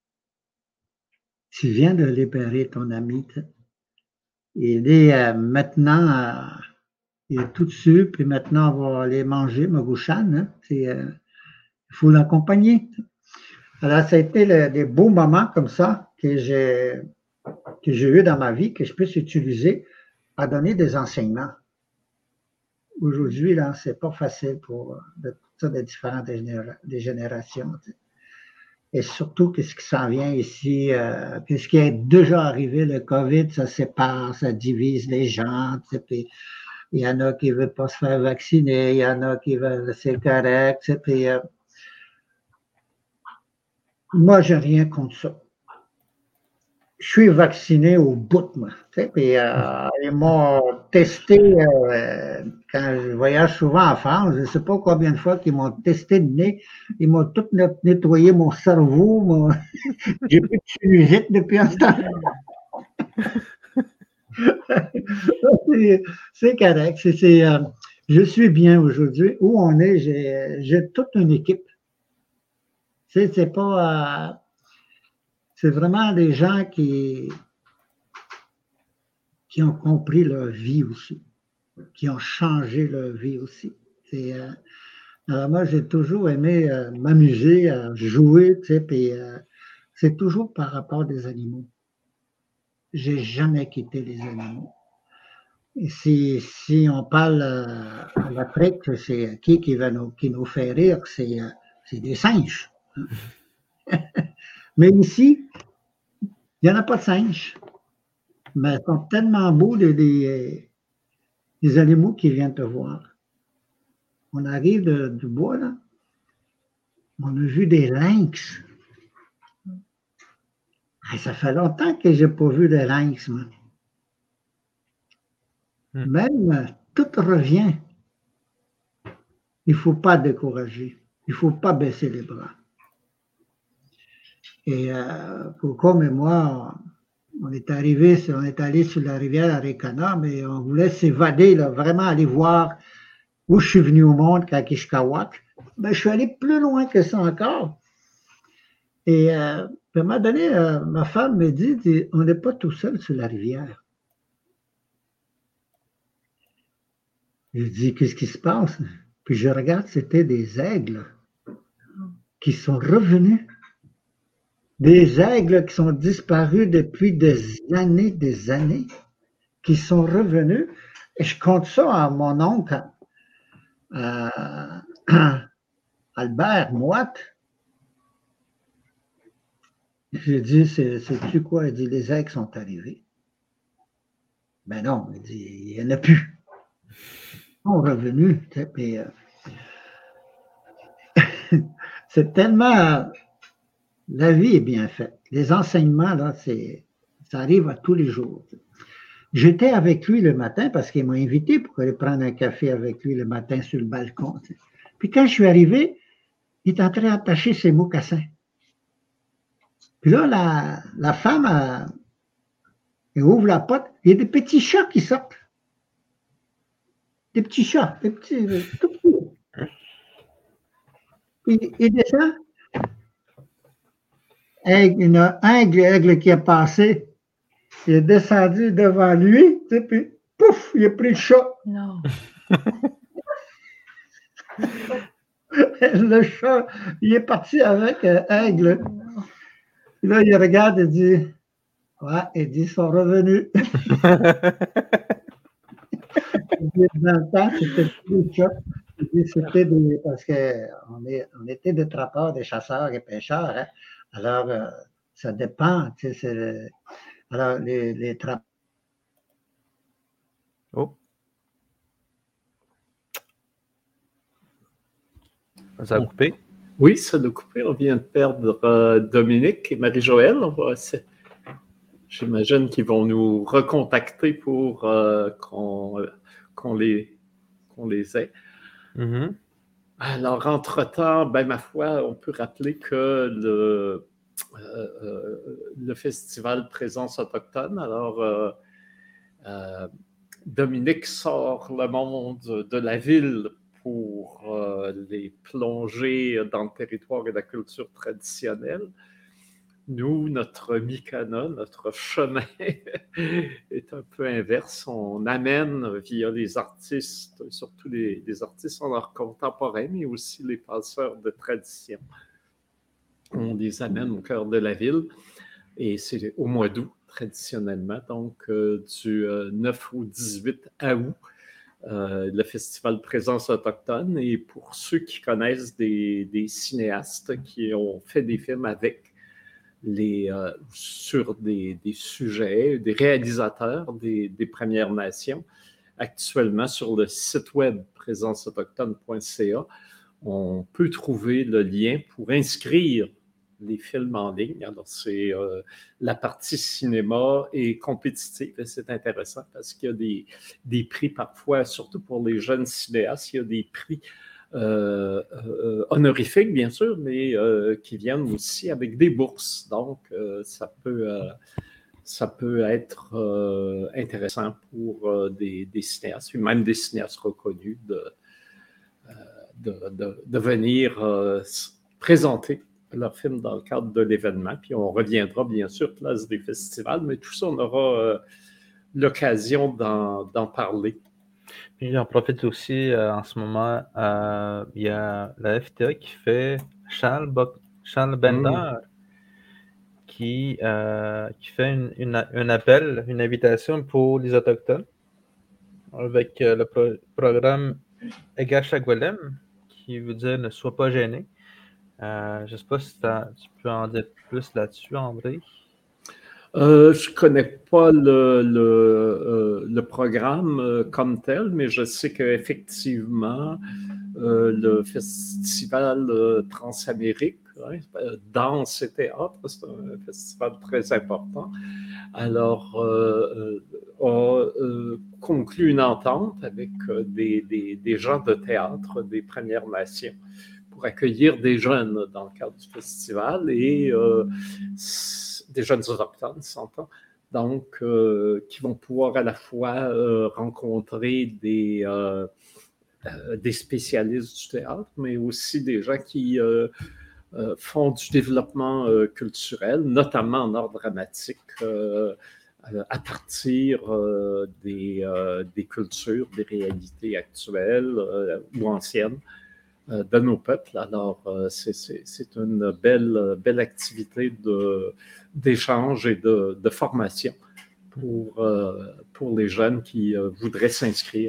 Tu viens de libérer ton ami. Il dit, euh, maintenant, euh, il est tout dessus, puis maintenant, on va aller manger Magouchan. Hein? Euh, il faut l'accompagner. Alors, ça a été le, des beaux moments comme ça que j'ai que j'ai eu dans ma vie, que je puisse utiliser à donner des enseignements. Aujourd'hui, là, c'est pas facile pour de, ça, de différentes des générations. Et surtout, qu'est-ce qui s'en vient ici, euh, qu'est-ce qui est déjà arrivé, le COVID, ça sépare, ça divise les gens. Puis il y en a qui ne veulent pas se faire vacciner, il y en a qui veulent, c'est correct. Puis, euh, moi, j'ai rien contre ça. Je suis vacciné au bout, moi. Puis, euh, ils m'ont testé, euh, quand je voyage souvent en France, je ne sais pas combien de fois qu'ils m'ont testé le nez. Ils m'ont tout nettoyé mon cerveau. Mon... J'ai plus de sinusite depuis un temps. C'est correct. C'est, c'est, euh, je suis bien aujourd'hui. Où on est, j'ai, j'ai toute une équipe. C'est, c'est pas... Euh, c'est vraiment des gens qui, qui ont compris leur vie aussi, qui ont changé leur vie aussi. C'est, euh, alors moi, j'ai toujours aimé euh, m'amuser, à jouer, tu sais, puis euh, c'est toujours par rapport des animaux. J'ai jamais quitté les animaux. Et si, si on parle euh, à l'Afrique, c'est qui qui, va nous, qui nous fait rire, c'est, euh, c'est des singes. Mais ici, il n'y en a pas de singes. Mais ils sont tellement beaux, les, les, les animaux qui viennent te voir. On arrive de, du bois, là. On a vu des lynx. Ah, ça fait longtemps que je n'ai pas vu de lynx, moi. Hmm. Même, tout revient. Il ne faut pas décourager. Il ne faut pas baisser les bras. Et euh, Coco et moi, on est arrivé, on est allé sur la rivière Arikana, mais on voulait s'évader, là, vraiment aller voir où je suis venu au monde, à Kishkawak. Ben, je suis allé plus loin que ça encore. Et euh, à un moment donné, euh, ma femme me dit, dit on n'est pas tout seul sur la rivière. Je dis, qu'est-ce qui se passe? Puis je regarde, c'était des aigles qui sont revenus. Des aigles qui sont disparus depuis des années, des années, qui sont revenus. Et je compte ça à mon oncle, euh, Albert Moite. J'ai dit, c'est, sais-tu quoi? Il dit, les aigles sont arrivés. Ben non, il dit, il n'y en a plus. Ils sont revenus. Tu sais, puis, euh, c'est tellement. La vie est bien faite. Les enseignements, là, c'est, ça arrive à tous les jours. J'étais avec lui le matin parce qu'il m'a invité pour aller prendre un café avec lui le matin sur le balcon. Tu sais. Puis quand je suis arrivé, il est en train d'attacher ses mocassins. Puis là, la, la femme, elle, elle ouvre la porte, il y a des petits chats qui sortent. Des petits chats, des petits, tout petits. Puis il descend. Aigle, il y en a un aigle qui est passé. Il est descendu devant lui, tu sais, puis pouf, il a pris le chat. Non. Le chat, il est parti avec un aigle. Puis là, il regarde et dit, ouais, il dit, ils sont revenus. Dans le temps, c'était des chats. C'était des, parce qu'on est, on était des trappeurs, des chasseurs et pêcheurs. Hein. Alors, euh, ça dépend. Tu sais, c'est, alors, les, les trappeurs. Oh. Ça a coupé? Oui, ça a coupé. On vient de perdre euh, Dominique et Marie-Joëlle. On va, j'imagine qu'ils vont nous recontacter pour euh, qu'on, qu'on, les, qu'on les ait. Mm-hmm. Alors, entre-temps, ben, ma foi, on peut rappeler que le, euh, euh, le festival Présence autochtone, alors, euh, euh, Dominique sort le monde de la ville pour euh, les plonger dans le territoire et la culture traditionnelle. Nous, notre Mikana, notre chemin est un peu inverse. On amène via les artistes, surtout les, les artistes en art contemporain, mais aussi les passeurs de tradition. On les amène au cœur de la ville et c'est au mois d'août, traditionnellement, donc euh, du euh, neuf au dix-huit août. Euh, le festival Présence autochtone, et pour ceux qui connaissent des, des cinéastes qui ont fait des films avec les, euh, sur des, des sujets, des réalisateurs des, des Premières Nations, actuellement sur le site web présence autochtone point c a, on peut trouver le lien pour inscrire les films en ligne. Alors, c'est euh, la partie cinéma est compétitive et c'est intéressant parce qu'il y a des, des prix parfois, surtout pour les jeunes cinéastes, il y a des prix euh, euh, honorifiques, bien sûr, mais euh, qui viennent aussi avec des bourses. Donc, euh, ça peut... Euh, ça peut être euh, intéressant pour euh, des, des cinéastes, et même des cinéastes reconnus, de, euh, de, de, de venir euh, présenter leur film dans le cadre de l'événement. Puis on reviendra bien sûr place des festivals, mais tout ça, on aura euh, l'occasion d'en, d'en parler. Puis j'en profite aussi euh, en ce moment, euh, il y a la F T A qui fait Charles, Bo- Charles Bender, mmh. qui, euh, qui fait une, une, un appel, une invitation pour les Autochtones avec euh, le pro- programme Egashagwelem, qui veut dire ne sois pas gêné. Euh, je ne sais pas si tu peux en dire plus là-dessus, André. Euh, je ne connais pas le, le, euh, le programme euh, comme tel, mais je sais qu'effectivement, euh, le festival euh, Transamérique, hein, danse et théâtre, c'est un festival très important. Alors, euh, a euh, conclu une entente avec euh, des, des, des gens de théâtre des Premières Nations pour accueillir des jeunes dans le cadre du festival et euh, des jeunes autochtones, s'entend, donc euh, qui vont pouvoir à la fois euh, rencontrer des, euh, euh, des spécialistes du théâtre, mais aussi des gens qui euh, euh, font du développement euh, culturel, notamment en art dramatique, euh, à partir euh, des, euh, des cultures, des réalités actuelles euh, ou anciennes de nos peuples. Alors, euh, c'est, c'est, c'est une belle, belle activité de, d'échange et de, de formation pour, euh, pour les jeunes qui euh, voudraient s'inscrire.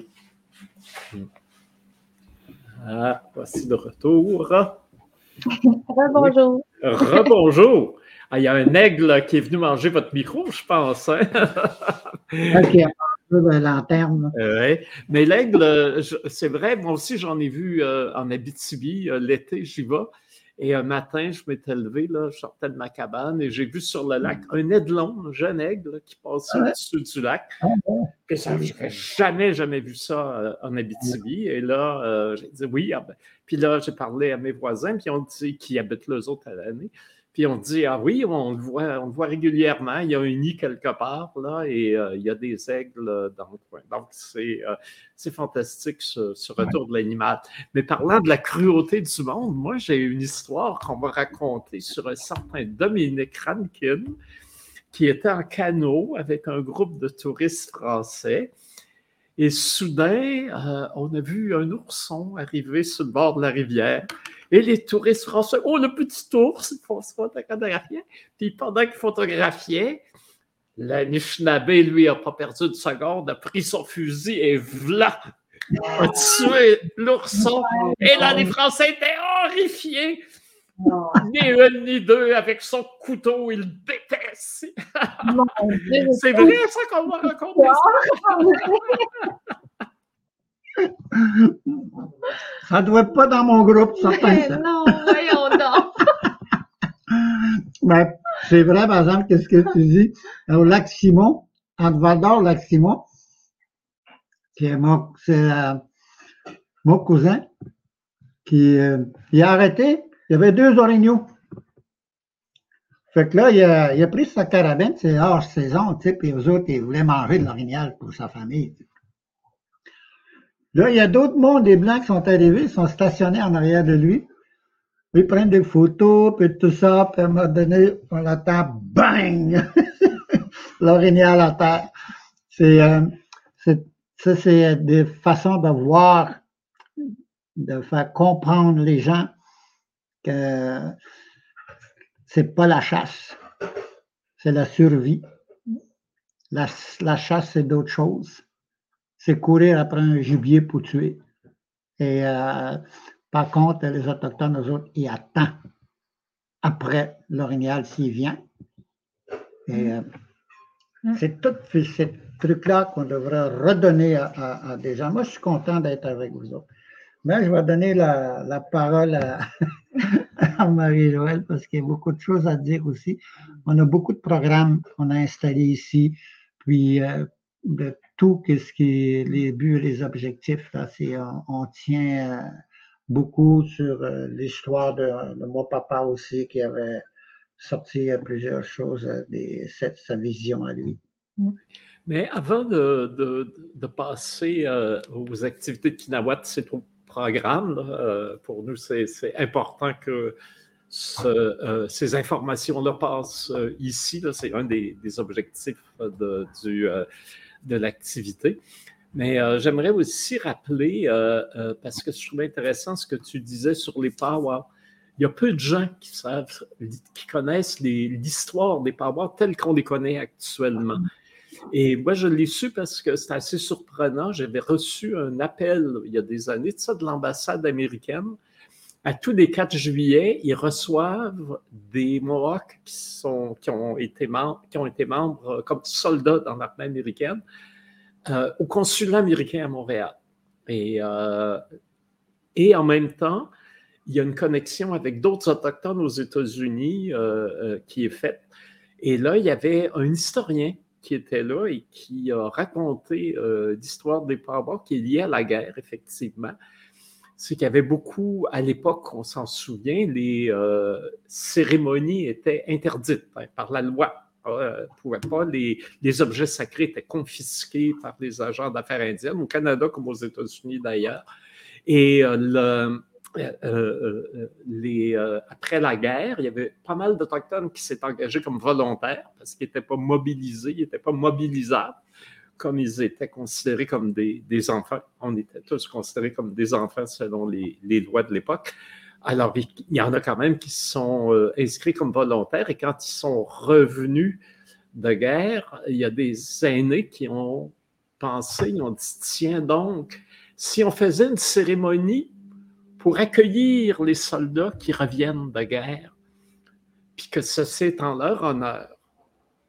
Ah, voici de retour. Rebonjour. Oui. Rebonjour. Ah, il y a un aigle qui est venu manger votre micro, je pense. Hein? OK. peu de lanterne. Euh, oui, mais l'aigle, c'est vrai, moi aussi j'en ai vu euh, en Abitibi, euh, l'été j'y vais, et un matin je m'étais levé, là, je sortais de ma cabane et j'ai vu sur le lac un aiglon, un jeune aigle là, qui passait Ah, au-dessus du lac. ah, ouais. Et ça, j'avais jamais, jamais vu ça euh, en Abitibi. Et là, euh, j'ai dit oui. Ah ben. Puis là, j'ai parlé à mes voisins qui ont dit, qui habitent les autres à l'année. Puis on dit, ah oui, on le voit, on le voit régulièrement. Il y a un nid quelque part, là, et euh, il y a des aigles dans le coin. Donc, c'est, euh, c'est fantastique, ce, ce retour de l'animal. Mais parlant de la cruauté du monde, moi, j'ai une histoire qu'on m'a racontée sur un certain Dominique Rankin, qui était en canot avec un groupe de touristes français. Et soudain, euh, on a vu un ourson arriver sur le bord de la rivière. Et les touristes français, oh, le petit ours, ils font se photographier. Puis pendant qu'ils photographiaient, l'Anishinaabe, lui, n'a pas perdu une seconde, a pris son fusil et v'là, a tué l'ourson. Et là, les Français étaient horrifiés. Non. Ni une ni deux, avec son couteau, il déteste. C'est vrai, ça, qu'on m'a raconté. Ça ne doit être pas dans mon groupe, certain. Non, voyons donc. Ben, c'est vrai, par exemple, qu'est-ce que tu dis? Au lac Simon, entre Val-d'Or, lac Simon, c'est mon, c'est, euh, mon cousin qui euh, il a arrêté. Il y avait deux orignaux. Fait que là, il a, il a pris sa carabine, c'est hors saison, tu sais, puis eux autres, ils voulaient manger de l'orignal pour sa famille. Là, il y a d'autres mondes, des Blancs qui sont arrivés, ils sont stationnés en arrière de lui. Ils prennent des photos, puis tout ça, puis à un moment donné, on l'attend, bang! L'orignal à terre. C'est, euh, c'est, ça, c'est des façons de voir, de faire comprendre les gens que c'est pas la chasse, c'est la survie. La, la chasse, c'est d'autres choses. C'est courir après un gibier pour tuer. Et euh, par contre, les Autochtones, eux autres, ils attendent après l'orignal s'il vient. Et euh, mm. c'est tout ces trucs-là qu'on devrait redonner à, à, à des gens. Moi, je suis content d'être avec vous autres. Mais je vais donner la, la parole à, à Marie-Joëlle parce qu'il y a beaucoup de choses à dire aussi. On a beaucoup de programmes qu'on a installés ici, puis euh, de tout ce qui est les buts et les objectifs. Là, c'est, on, on tient euh, beaucoup sur euh, l'histoire de, de mon papa aussi qui avait sorti euh, plusieurs choses euh, de sa vision à lui. Mais avant de, de, de passer euh, aux activités de Kinawat, c'est au programme. Là, pour nous, c'est, c'est important que ce, euh, ces informations-là passent euh, ici. Là, c'est un des, des objectifs de, du, euh, de l'activité. Mais euh, j'aimerais aussi rappeler, euh, euh, parce que je trouvais intéressant ce que tu disais sur les powwows. Il y a peu de gens qui savent, qui connaissent les, l'histoire des powwows telles qu'on les connaît actuellement. Et moi, je l'ai su parce que c'est assez surprenant. J'avais reçu un appel il y a des années de ça de l'ambassade américaine. À tous les quatre juillet, ils reçoivent des Mohawks qui, sont, qui, ont, été mem- qui ont été membres comme soldats dans l'armée américaine euh, au consulat américain à Montréal. Et, euh, et en même temps, il y a une connexion avec d'autres Autochtones aux États-Unis euh, euh, qui est faite. Et là, il y avait un historien qui était là et qui a raconté euh, l'histoire des powwows qui est liée à la guerre, effectivement. C'est qu'il y avait beaucoup, à l'époque, on s'en souvient, les euh, cérémonies étaient interdites hein, par la loi. Euh, pouvaient pas, les, les objets sacrés étaient confisqués par les agents d'affaires indiennes, au Canada comme aux États-Unis d'ailleurs. Et euh, le, euh, euh, les, euh, après la guerre, il y avait pas mal d'Autochtones qui s'étaient engagés comme volontaires parce qu'ils n'étaient pas mobilisés, ils n'étaient pas mobilisables, comme ils étaient considérés comme des, des enfants. On était tous considérés comme des enfants selon les, les lois de l'époque. Alors, il y en a quand même qui se sont euh, inscrits comme volontaires et quand ils sont revenus de guerre, il y a des aînés qui ont pensé, ils ont dit, tiens donc, si on faisait une cérémonie pour accueillir les soldats qui reviennent de guerre, puis que ceci est en leur honneur,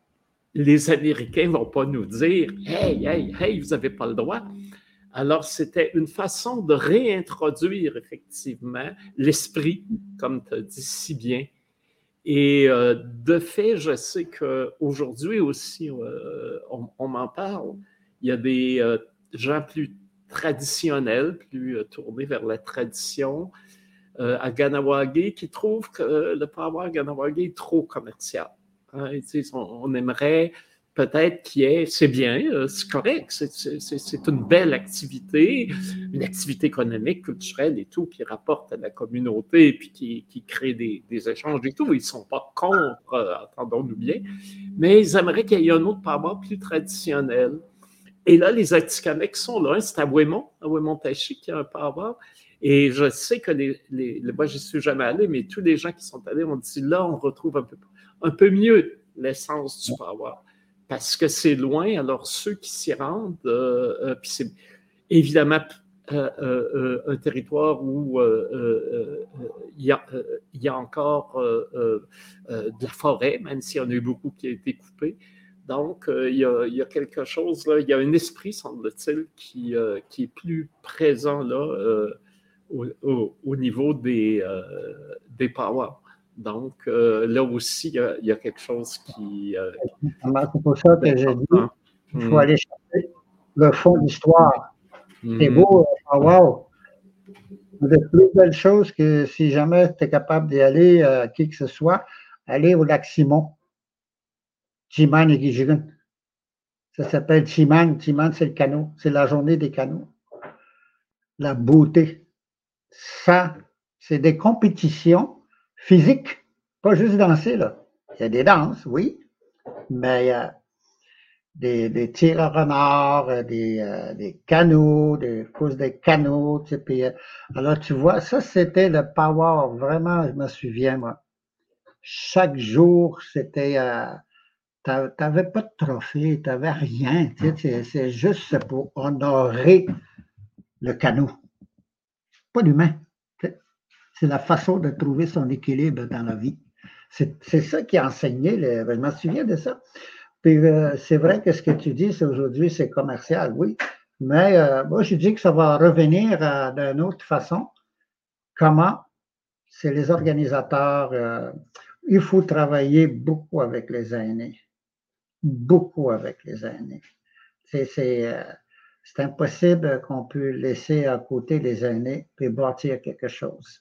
les Américains ne vont pas nous dire « Hey, hey, hey, vous n'avez pas le droit ». Alors, c'était une façon de réintroduire effectivement l'esprit, comme tu as dit si bien. Et euh, de fait, je sais qu'aujourd'hui aussi, euh, on, on m'en parle. Il y a des euh, gens plus traditionnels, plus euh, tournés vers la tradition euh, à Kahnawake qui trouvent que euh, le power à Kahnawake est trop commercial. Hein, on, on aimerait peut-être qu'il y ait, c'est bien, euh, c'est correct, c'est, c'est, c'est une belle activité, une activité économique, culturelle et tout, qui rapporte à la communauté et puis qui, qui crée des, des échanges et tout. Ils ne sont pas contre, euh, entendons-nous bien, mais ils aimeraient qu'il y ait un autre power plus traditionnel. Et là, les Atikamekw sont là. C'est à Ouémont, à Ouémont-Tachi, qu'il y a un power. Et je sais que les, les, les moi, je n'y suis jamais allé, mais tous les gens qui sont allés ont dit là, on retrouve un peu, un peu mieux l'essence du power. Parce que c'est loin, alors ceux qui s'y rendent, euh, euh, puis c'est évidemment euh, euh, un territoire où euh, euh, il, y a, euh, il y a encore euh, euh, de la forêt, même s'il y en a eu beaucoup qui a été coupé. Donc, euh, il, y a, il y a quelque chose, là, il y a un esprit, semble-t-il, qui, euh, qui est plus présent là, euh, au, au, au niveau des, euh, des powers. Donc, euh, là aussi, il y, a, il y a quelque chose qui... Euh, c'est pour ça que j'ai dit qu'il faut mmh. aller chercher le fond de l'histoire. Mmh. C'est beau, oh, wow! Une des plus belles choses que si jamais tu es capable d'y aller, euh, qui que ce soit, aller au lac Simon. Chiman et Guijigun. Ça s'appelle Chiman. Chiman, c'est le canot. C'est la journée des canots. La beauté. Ça, c'est des compétitions physiques, pas juste danser, là. Il y a des danses, oui, mais il y a des, des tirs à renard, des, euh, des canots, des courses des canots, tu sais, puis, euh, alors tu vois, ça c'était le power, vraiment, je me souviens, moi. Chaque jour, c'était, euh, t'avais pas de trophée, t'avais rien, tu sais, c'est juste pour honorer le canot. Pas l'humain. C'est la façon de trouver son équilibre dans la vie. C'est ça qui a enseigné, le, je me souviens de ça. Puis euh, c'est vrai que ce que tu dis, c'est aujourd'hui, c'est commercial, oui. Mais euh, moi, je dis que ça va revenir euh, d'une autre façon. Comment? C'est les organisateurs. Euh, il faut travailler beaucoup avec les aînés. Beaucoup avec les aînés. C'est euh, impossible qu'on puisse laisser à côté les aînés et bâtir quelque chose.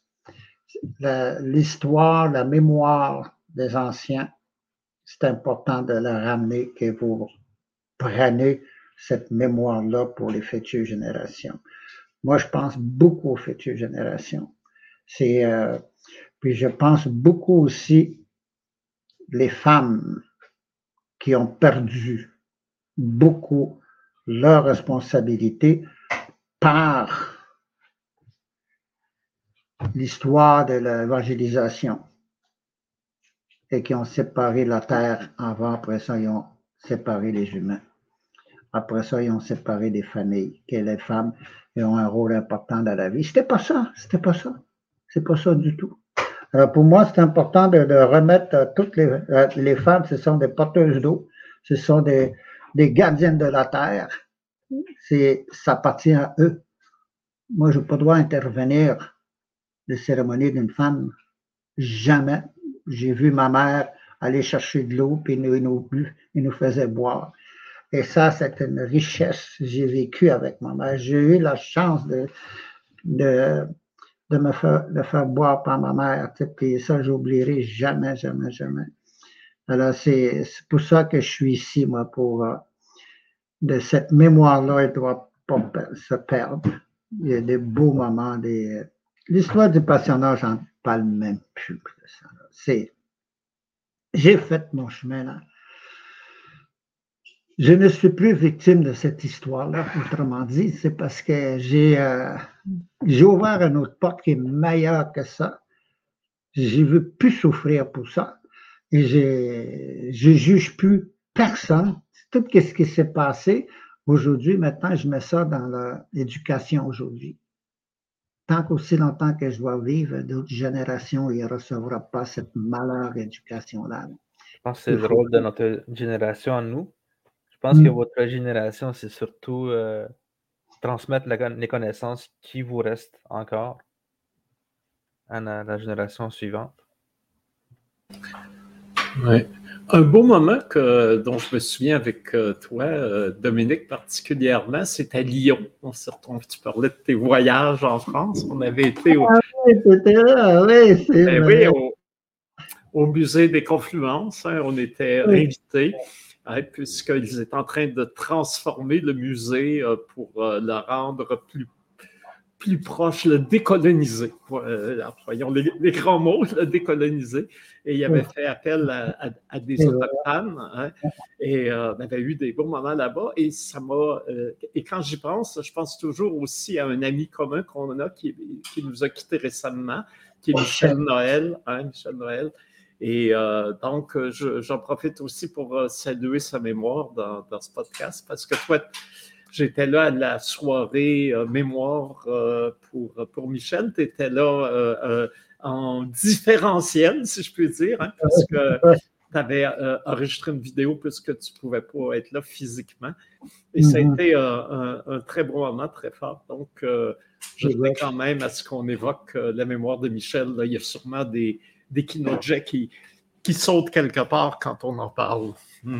L'histoire, la, la mémoire des anciens, c'est important de la ramener, que vous prenez cette mémoire-là pour les futures générations. Moi, je pense beaucoup aux futures générations. C'est, euh, puis je pense beaucoup aussi les femmes qui ont perdu beaucoup leur responsabilité par l'histoire de l'évangélisation et qui ont séparé la terre avant, après ça, ils ont séparé les humains. Après ça, ils ont séparé des familles, que les femmes ont un rôle important dans la vie. C'était pas ça, c'était pas ça. C'est pas ça du tout. Alors pour moi, c'est important de, de remettre toutes les, les femmes, ce sont des porteuses d'eau, ce sont des, des gardiennes de la terre. Ça appartient à eux. Moi, je n'ai pas droit d'intervenir les cérémonies d'une femme. Jamais. J'ai vu ma mère aller chercher de l'eau, puis nous, nous, il nous faisait boire. Et ça, c'est une richesse. J'ai vécu avec ma mère. J'ai eu la chance de, de, de me faire, de faire boire par ma mère. Puis ça, j'oublierai jamais, jamais, jamais. Alors, c'est pour ça que je suis ici, moi, pour euh, de cette mémoire-là, elle ne doit pas se perdre. Il y a des beaux moments, des. L'histoire du passionnage, j'en parle même plus. C'est. J'ai fait mon chemin là. Je ne suis plus victime de cette histoire-là, autrement dit, c'est parce que j'ai euh, ouvert une autre porte qui est meilleure que ça. Je ne veux plus souffrir pour ça. Et je ne juge plus personne. Tout ce qui s'est passé aujourd'hui, maintenant, je mets ça dans l'éducation aujourd'hui. Tant qu'aussi longtemps que je dois vivre, d'autres générations, ils ne recevront pas cette malheur éducation-là. pense que c'est le rôle de notre génération à nous. Je pense Mm. que votre génération, c'est surtout euh, transmettre la, les connaissances qui vous restent encore à la, la génération suivante. Ouais. Un beau moment que, dont je me souviens avec euh, toi, euh, Dominique, particulièrement, c'est à Lyon. On s'est retrouvé, tu parlais de tes voyages en France. On avait été au, Ah oui, c'était là, oui, c'est ben vrai. oui, au, au musée des Confluences. Hein, on était Oui. invités, hein, puisqu'ils étaient en train de transformer le musée euh, pour euh, le rendre plus plus proche, le décoloniser. Euh, voyons les, les grands mots, le décoloniser. Et il avait fait appel à, à, à des Et autochtones. Hein, et euh, on avait eu des beaux moments là-bas. Et ça m'a. Euh, et quand j'y pense, je pense toujours aussi à un ami commun qu'on a qui, qui nous a quittés récemment, qui est Michel Noël. Hein, Michel Noël. Et euh, donc, je, j'en profite aussi pour saluer sa mémoire dans, dans ce podcast parce que toi, j'étais là à la soirée euh, mémoire euh, pour, pour Michel. Tu étais là euh, euh, en différentiel, si je puis dire, hein, parce que tu avais euh, enregistré une vidéo puisque tu ne pouvais pas être là physiquement. Et mm-hmm. ça a été euh, un, un très bon moment, très fort. Donc, euh, je tenais quand même à ce qu'on évoque euh, la mémoire de Michel. Là, il y a sûrement des, des Kinojets qui, qui sautent quelque part quand on en parle. Mm.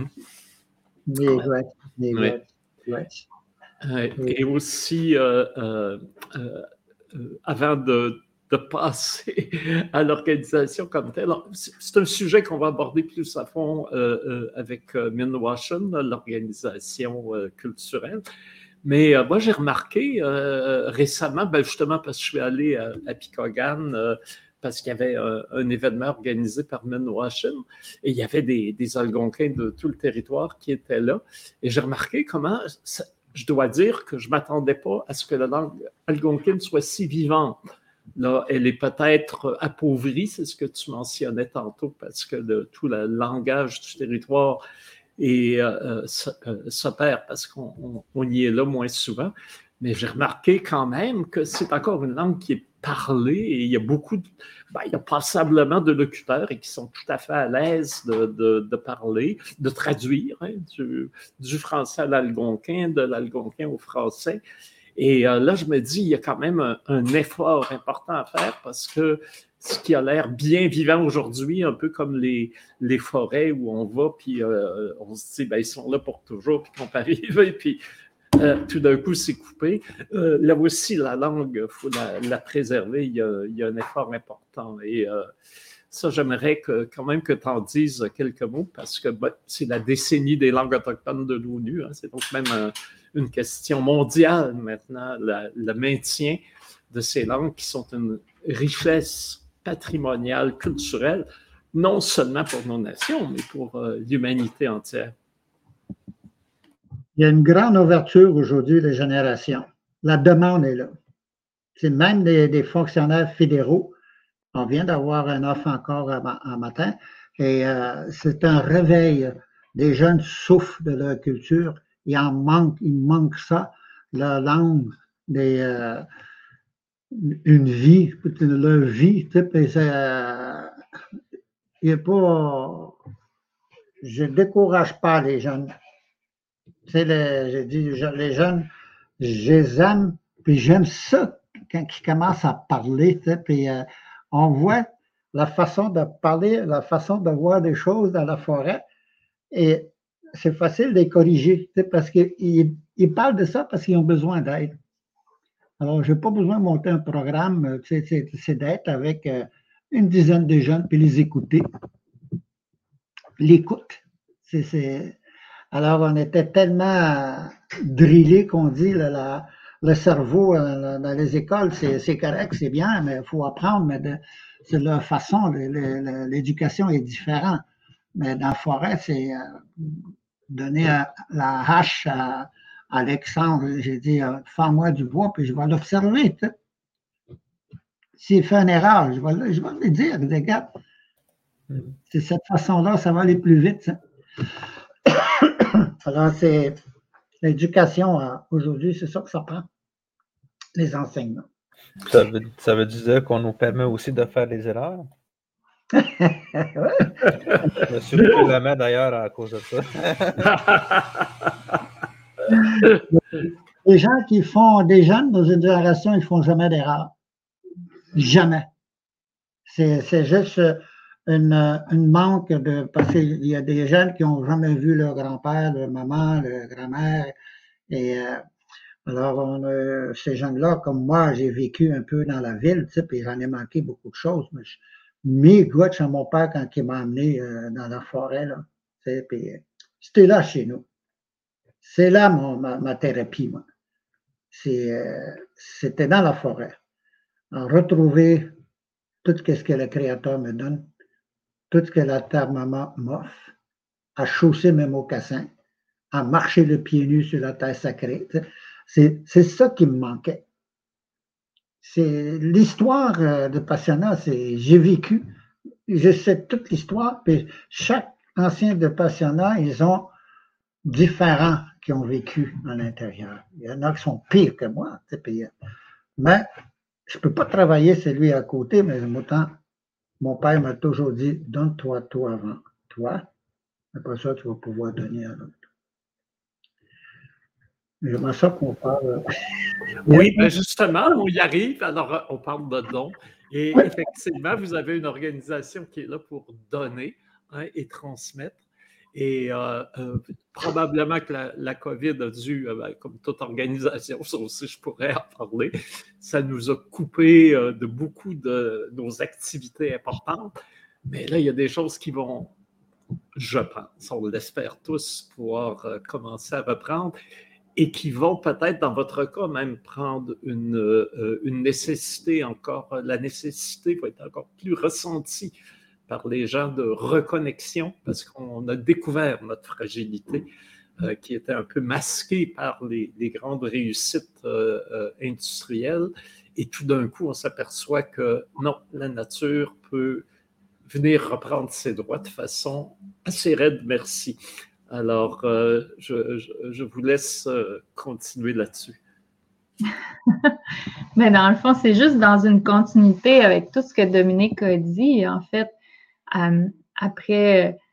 Exact, exact, ouais. Ouais. Et aussi, euh, euh, euh, avant de, de passer à l'organisation comme telle, c'est un sujet qu'on va aborder plus à fond euh, euh, avec euh, Minwashen, l'organisation euh, culturelle. Mais euh, moi, j'ai remarqué euh, récemment, ben justement parce que je suis allé à, à Picogan, euh, parce qu'il y avait un, un événement organisé par Minwashen, et il y avait des, des Algonquins de tout le territoire qui étaient là. Et j'ai remarqué comment... Ça, je dois dire que je ne m'attendais pas à ce que la langue algonquine soit si vivante. Là, elle est peut-être appauvrie, c'est ce que tu mentionnais tantôt, parce que le, tout le langage du territoire est, euh, s'opère parce qu'on on, on y est là moins souvent. Mais j'ai remarqué quand même que c'est encore une langue qui est parlée et il y a beaucoup, de, ben, il y a passablement de locuteurs et qui sont tout à fait à l'aise de, de, de parler, de traduire hein, du, du français à l'algonquin, de l'algonquin au français. Et euh, là, je me dis, il y a quand même un, un effort important à faire parce que ce qui a l'air bien vivant aujourd'hui, un peu comme les, les forêts où on va, puis euh, on se dit, ben, ils sont là pour toujours, puis qu'on peut arriver, puis euh, tout d'un coup, c'est coupé. Euh, là aussi, la langue, il faut la, la préserver, il y, a, il y a un effort important. Et euh, ça, j'aimerais que, quand même que tu en dises quelques mots, parce que ben, c'est la décennie des langues autochtones de l'ONU, hein, c'est donc même un, une question mondiale maintenant, la, le maintien de ces langues qui sont une richesse patrimoniale, culturelle, non seulement pour nos nations, mais pour euh, l'humanité entière. Il y a une grande ouverture aujourd'hui des générations. La demande est là. C'est même des, des fonctionnaires fédéraux. On vient d'avoir un offre encore un matin et euh, c'est un réveil. Des jeunes souffrent de leur culture. Il en manque, il manque ça, la langue, des, euh, une vie, leur vie. Tu sais, euh, il est pas, je décourage pas les jeunes. Tu sais, les, j'ai dit, les jeunes, je les aime, puis j'aime ça quand ils commencent à parler, tu sais, puis euh, on voit la façon de parler, la façon de voir des choses dans la forêt, et c'est facile de les corriger, tu sais, parce qu'ils ils parlent de ça parce qu'ils ont besoin d'aide. Alors, je n'ai pas besoin de monter un programme, tu sais, c'est, c'est d'être avec euh, une dizaine de jeunes, puis les écouter. L'écoute, c'est... c'est Alors, on était tellement drillés qu'on dit là, la, le cerveau euh, dans les écoles, c'est, c'est correct, c'est bien, mais il faut apprendre, mais de, c'est leur façon, le, le, l'éducation est différente. Mais dans la forêt, c'est euh, donner euh, la hache à, à Alexandre. J'ai dit, euh, fends-moi du bois, puis je vais l'observer. Tu sais. S'il fait une erreur, je vais, je vais lui dire, regarde, c'est cette façon-là, ça va aller plus vite. Ça. Alors, c'est l'éducation aujourd'hui, c'est ça que ça prend, les enseignements. Ça veut, ça veut dire qu'on nous permet aussi de faire des erreurs? Je me suis brûlé la main d'ailleurs à cause de ça. Les gens qui font, des jeunes dans une génération, ils ne font jamais d'erreur. Jamais. C'est, c'est juste une, une manque de. Parce qu'il y a des jeunes qui n'ont jamais vu leur grand-père, leur maman, leur grand-mère. Et euh, alors, on, euh, ces jeunes-là, comme moi, j'ai vécu un peu dans la ville, tu sais, puis j'en ai manqué beaucoup de choses. Mais je, mes gouttes chez mon père quand il m'a amené euh, dans la forêt, là. Tu sais, puis euh, c'était là chez nous. C'est là mon, ma, ma thérapie, moi. C'est, euh, c'était dans la forêt. À retrouver tout ce que le Créateur me donne, tout ce que la terre maman m'offre, à chausser mes mocassins, à marcher le pied nu sur la terre sacrée. C'est, c'est ça qui me manquait. C'est l'histoire de Passionnat, c'est j'ai vécu, je sais toute l'histoire, puis chaque ancien de Passionnat, ils ont différents qui ont vécu à l'intérieur. Il y en a qui sont pires que moi, puis, mais je ne peux pas travailler celui à côté, mais autant, mon père m'a toujours dit, donne-toi toi avant toi, après ça, tu vas pouvoir donner à l'autre. J'aimerais ça qu'on parle. Oui, ben justement, on y arrive. Alors, on parle de dons. Et Oui. Effectivement, vous avez une organisation qui est là pour donner, hein, et transmettre. Et euh, euh, probablement que la, la COVID a dû, euh, comme toute organisation, ça aussi je pourrais en parler, ça nous a coupé euh, de beaucoup de nos activités importantes. Mais là, il y a des choses qui vont, je pense, on l'espère tous, pouvoir euh, commencer à reprendre et qui vont peut-être, dans votre cas, même prendre une, euh, une nécessité encore, la nécessité va être encore plus ressentie par les gens de reconnexion, parce qu'on a découvert notre fragilité euh, qui était un peu masquée par les, les grandes réussites euh, euh, industrielles. Et tout d'un coup, on s'aperçoit que non, la nature peut venir reprendre ses droits de façon assez raide, merci. Alors, euh, je, je, je vous laisse euh, continuer là-dessus. Mais dans le fond, c'est juste dans une continuité avec tout ce que Dominique a dit. En fait, euh, après euh,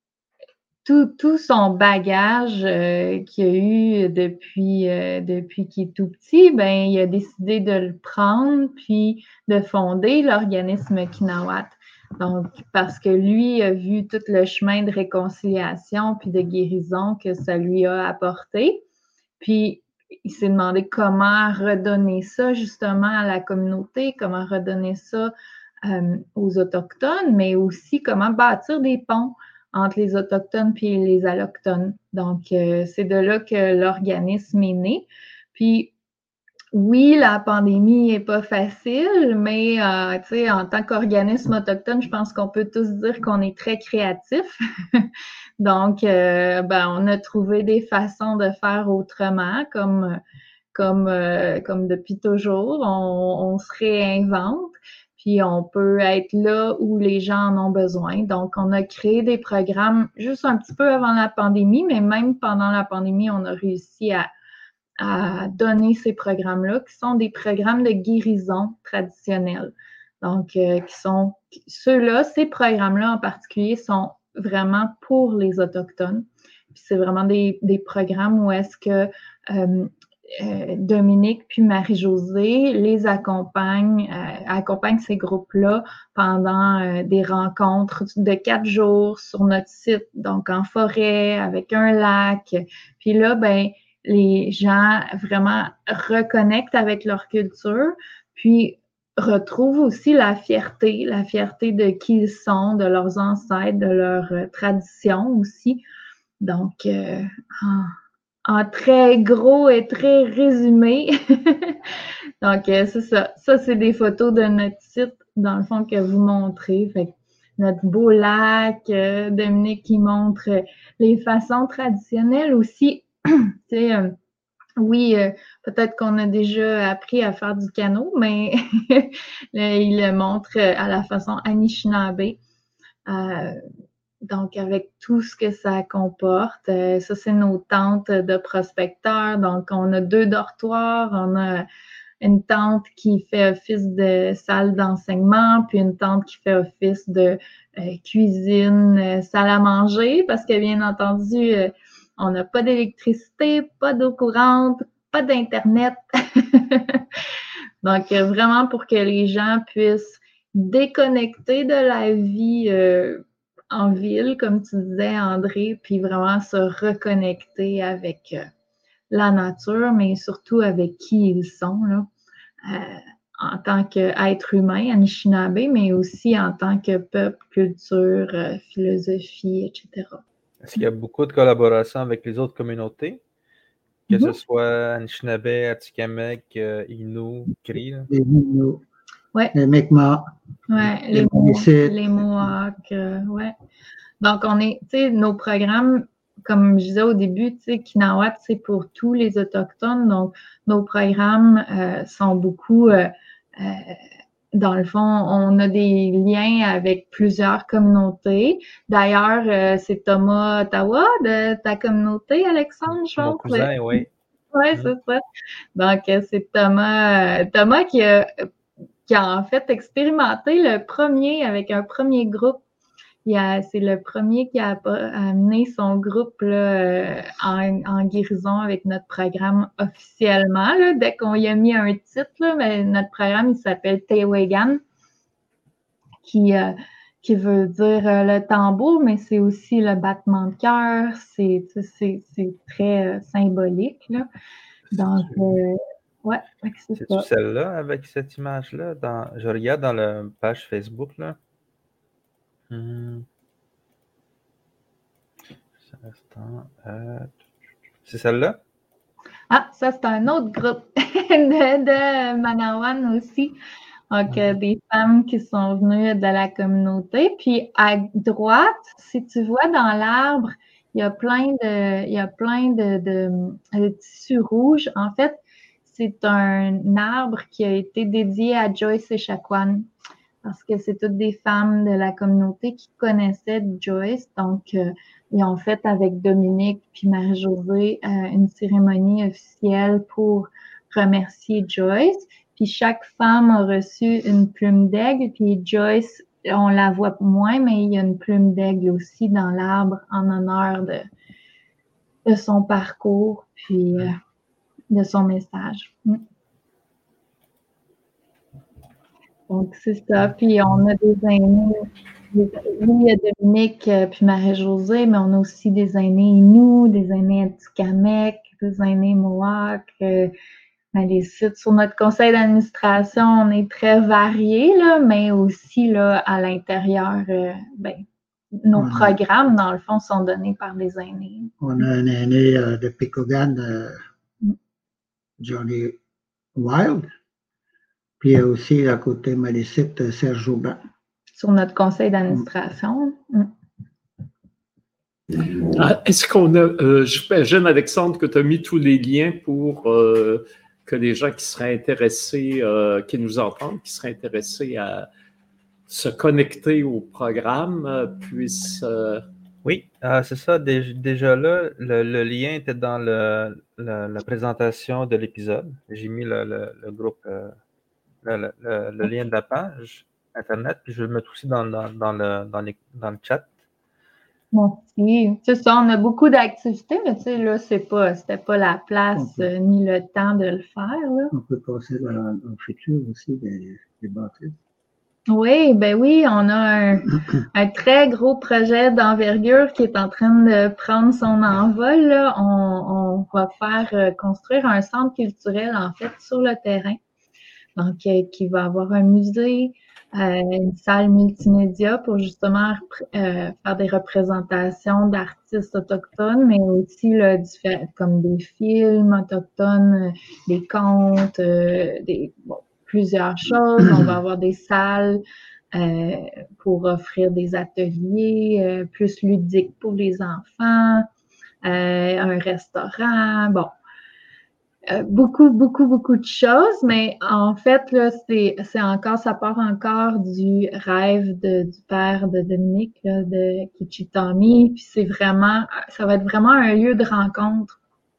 tout, tout son bagage euh, qu'il a eu depuis, euh, depuis qu'il est tout petit, ben, il a décidé de le prendre puis de fonder l'organisme Kinawat. Donc, parce que lui a vu tout le chemin de réconciliation puis de guérison que ça lui a apporté. Puis, il s'est demandé comment redonner ça justement à la communauté, comment redonner ça euh, aux Autochtones, mais aussi comment bâtir des ponts entre les Autochtones puis les Allochtones. Donc, euh, c'est de là que l'organisme est né. Puis, oui, la pandémie n'est pas facile, mais euh, tu sais, en tant qu'organisme autochtone, je pense qu'on peut tous dire qu'on est très créatif. Donc, euh, ben, on a trouvé des façons de faire autrement, comme comme euh, comme depuis toujours, on, on se réinvente, puis on peut être là où les gens en ont besoin. Donc, on a créé des programmes juste un petit peu avant la pandémie, mais même pendant la pandémie, on a réussi à à donner ces programmes-là, qui sont des programmes de guérison traditionnels. Donc, euh, qui sont ceux-là, ces programmes-là en particulier sont vraiment pour les Autochtones. Puis c'est vraiment des, des programmes où est-ce que euh, euh, Dominique puis Marie-Josée les accompagnent, euh, accompagnent ces groupes-là pendant euh, des rencontres de quatre jours sur notre site, donc en forêt, avec un lac. Puis là, ben les gens vraiment reconnectent avec leur culture, puis retrouvent aussi la fierté, la fierté de qui ils sont, de leurs ancêtres, de leurs euh, traditions aussi. Donc, euh, en, en très gros et très résumé. Donc, euh, c'est ça. Ça, c'est des photos de notre site, dans le fond, que vous montrez. Fait que notre beau lac, euh, Dominique qui montre les façons traditionnelles aussi. Tu sais, euh, oui, euh, peut-être qu'on a déjà appris à faire du canot, mais il le montre à la façon Anishinaabe. Euh, donc, avec tout ce que ça comporte. Euh, ça, c'est nos tentes de prospecteurs. Donc, on a deux dortoirs, on a une tante qui fait office de salle d'enseignement, puis une tante qui fait office de euh, cuisine, euh, salle à manger, parce que bien entendu, euh, on n'a pas d'électricité, pas d'eau courante, pas d'Internet. Donc, euh, vraiment pour que les gens puissent déconnecter de la vie euh, en ville, comme tu disais, André, puis vraiment se reconnecter avec euh, la nature, mais surtout avec qui ils sont, là, euh, en tant qu'être humain, Anishinaabe, mais aussi en tant que peuple, culture, euh, philosophie, et cetera. Est-ce qu'il y a beaucoup de collaboration avec les autres communautés? Que Mhm. ce soit Anishinaabe, Atikamekw, euh, Innu, Cri? là? Les Inuits, Ouais, les Mi'kmaq, ouais, les les, Mo- Malécites. les Mohawks, euh, ouais. Donc, on est, tu sais, nos programmes, comme je disais au début, tu sais, Kinawat, c'est pour tous les Autochtones. Donc, nos programmes euh, sont beaucoup, euh, euh, dans le fond, on a des liens avec plusieurs communautés. D'ailleurs, euh, c'est Thomas Ottawa de ta communauté, Alexandre, je Mon pense. cousin, oui. Oui, Mm. c'est ça. Donc, euh, c'est Thomas, euh, Thomas qui a, qui a en fait expérimenté le premier avec un premier groupe. Il a- C'est le premier qui a pas- amené son groupe là, euh, en, en guérison avec notre programme officiellement. Là, dès qu'on y a mis un titre, là, mais notre programme il s'appelle Tewegan, qui, euh, qui veut dire euh, le tambour, mais c'est aussi le battement de cœur. C'est, tu sais, c'est, c'est très euh, symbolique. Là. Donc, euh, ouais, fait que c'est C'est-tu ça. celle-là avec cette image-là? Dans... Je regarde dans la page Facebook, là. Hmm. Juste un instant. Euh, C'est celle-là? Ah, ça, c'est un autre groupe de, de Manawan aussi. Donc, euh, Mhm. des femmes qui sont venues de la communauté. Puis, à droite, si tu vois dans l'arbre, il y a plein de, il y a plein de, de, de tissus rouges. En fait, c'est un arbre qui a été dédié à Joyce Echaquan parce que c'est toutes des femmes de la communauté qui connaissaient Joyce. Donc, euh, ils ont fait avec Dominique puis Marie-Josée euh, une cérémonie officielle pour remercier Joyce. Puis chaque femme a reçu une plume d'aigle. Puis Joyce, on la voit moins, mais il y a une plume d'aigle aussi dans l'arbre en honneur de, de son parcours puis euh, de son message. Mm. Donc, c'est ça. Puis on a des aînés. Oui, il y a Dominique euh, puis Marie-Josée, mais on a aussi des aînés Innu, des aînés Atikamekw, des aînés Mohawks, euh, Malécites. Sur notre conseil d'administration, on est très variés, là, mais aussi là, à l'intérieur, euh, ben, nos On a, programmes, dans le fond, sont donnés par les aînés. on a un aîné euh, de Picogan, euh, Johnny Wild. Puis il y a aussi à côté Malécite, euh, Serge Aubin. Sur notre conseil d'administration. Mm. Ah, est-ce qu'on a, euh, j'imagine, Alexandre, que tu as mis tous les liens pour euh, que les gens qui seraient intéressés, euh, qui nous entendent, qui seraient intéressés à se connecter au programme, euh, puissent... Euh... Oui, euh, c'est ça. Dé- Déjà là, le, le lien était dans le, le- la présentation de l'épisode. J'ai mis le, le- le groupe, euh, le, le- le- le lien de la page Internet, puis je vais le mettre aussi dans, dans, dans le, dans, les- dans le chat. Merci. C'est ça, on a beaucoup d'activités, mais tu sais, là, c'est pas, c'était pas la place Ok. euh, ni le temps de le faire, là. On peut passer dans, dans le futur aussi des, des bâtisses. Oui, ben oui, on a un, un très gros projet d'envergure qui est en train de prendre son envol, là. On, on va faire euh, construire un centre culturel, en fait, sur le terrain. Donc, euh, qui va avoir un musée, euh, une salle multimédia pour justement euh, faire des représentations d'artistes autochtones, mais aussi là, diffé- comme des films autochtones, euh, des contes, euh, des bon, plusieurs choses. On va avoir des salles euh, pour offrir des ateliers euh, plus ludiques pour les enfants, euh, un restaurant, bon. Euh, beaucoup, beaucoup, beaucoup de choses, mais en fait, là, c'est, c'est encore, ça part encore du rêve de, du père de Dominique, là, de Kichitami, puis c'est vraiment, ça va être vraiment un lieu de rencontre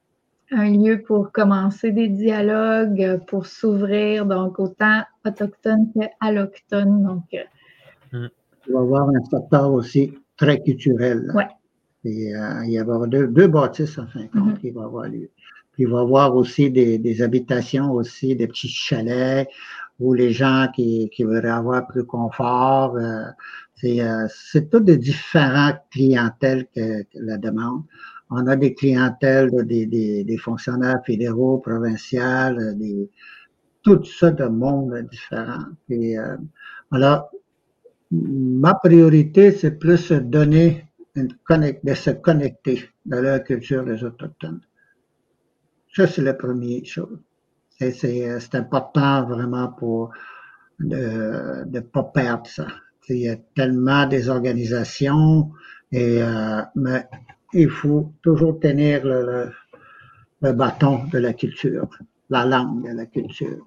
un lieu pour commencer des dialogues, pour s'ouvrir, donc autant autochtone qu'allochtone. Donc, il va y avoir un secteur aussi très culturel. Ouais. Et, euh, il va y avoir deux, deux bâtisses en fin de compte Mm-hmm. qui va avoir lieu. Puis il va y avoir aussi des, des habitations aussi, des petits chalets où les gens qui, qui voudraient avoir plus confort. Euh, c'est, euh, c'est toutes des différentes clientèles que, que la demande. On a des clientèles, des, des, des fonctionnaires fédéraux, provinciaux, des, tout ça de monde différent. Et, euh, alors, ma priorité, c'est plus de donner une connect, de se connecter dans leur culture des Autochtones. Ça, c'est la première chose. C'est, c'est, c'est important vraiment pour de ne pas perdre ça. Il y a tellement des organisations, et, euh, mais il faut toujours tenir le, le, le bâton de la culture, la langue de la culture.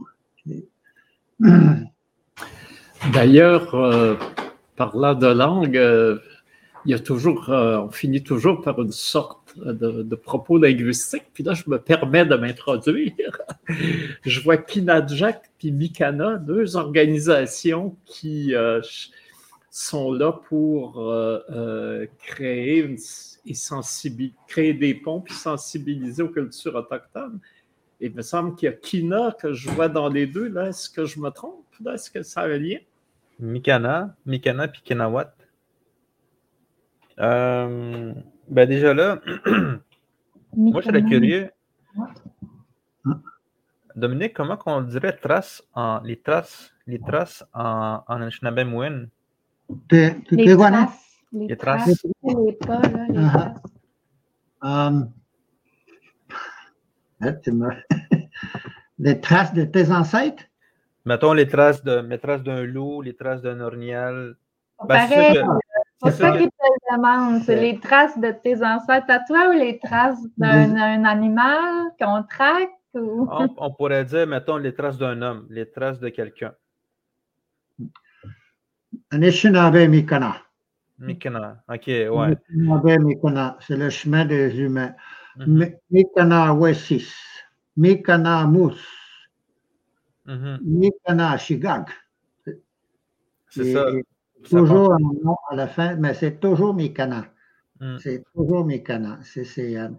D'ailleurs, euh, parlant de langue, euh, il y a toujours, euh, on finit toujours par une sorte de, de propos linguistique. Puis là, je me permets de m'introduire. Je vois Kinadjak puis Mikana, deux organisations qui euh, sont là pour euh, euh, créer, une, et sensibiliser, créer des ponts puis sensibiliser aux cultures autochtones. Et il me semble qu'il y a Kina que je vois dans les deux. Là, est-ce que je me trompe? Là, est-ce que ça a un lien? Mikana, Mikana puis Kinawat. Euh, ben déjà là, moi je serais curieux. Dominique, comment on dirait traces en les traces, les traces en, en Anishinaabe-Mouin? Les traces, les, les traces, traces, les pas, là, les uh-huh. traces. Um, les traces de tes ancêtres? Mettons les traces de, les traces d'un loup, les traces d'un orignal. Ben, pareil, c'est pour ça qu'il te demande, c'est les traces de tes ancêtres à toi ou les traces d'un un animal qu'on traque? Ou... On, on pourrait dire, mettons, les traces d'un homme, les traces de quelqu'un. Anishinaabe Mikana. Mikana, ok, ouais. Anishinaabe Mikana, c'est le chemin des humains. Mm-hmm. Mikana Wessis, Mikana Mous, mm-hmm. Mikana Shigag. C'est et, ça. Et toujours un nom à la fin, mais c'est toujours Mikana. Mm. C'est toujours Mikana. C'est, c'est, euh...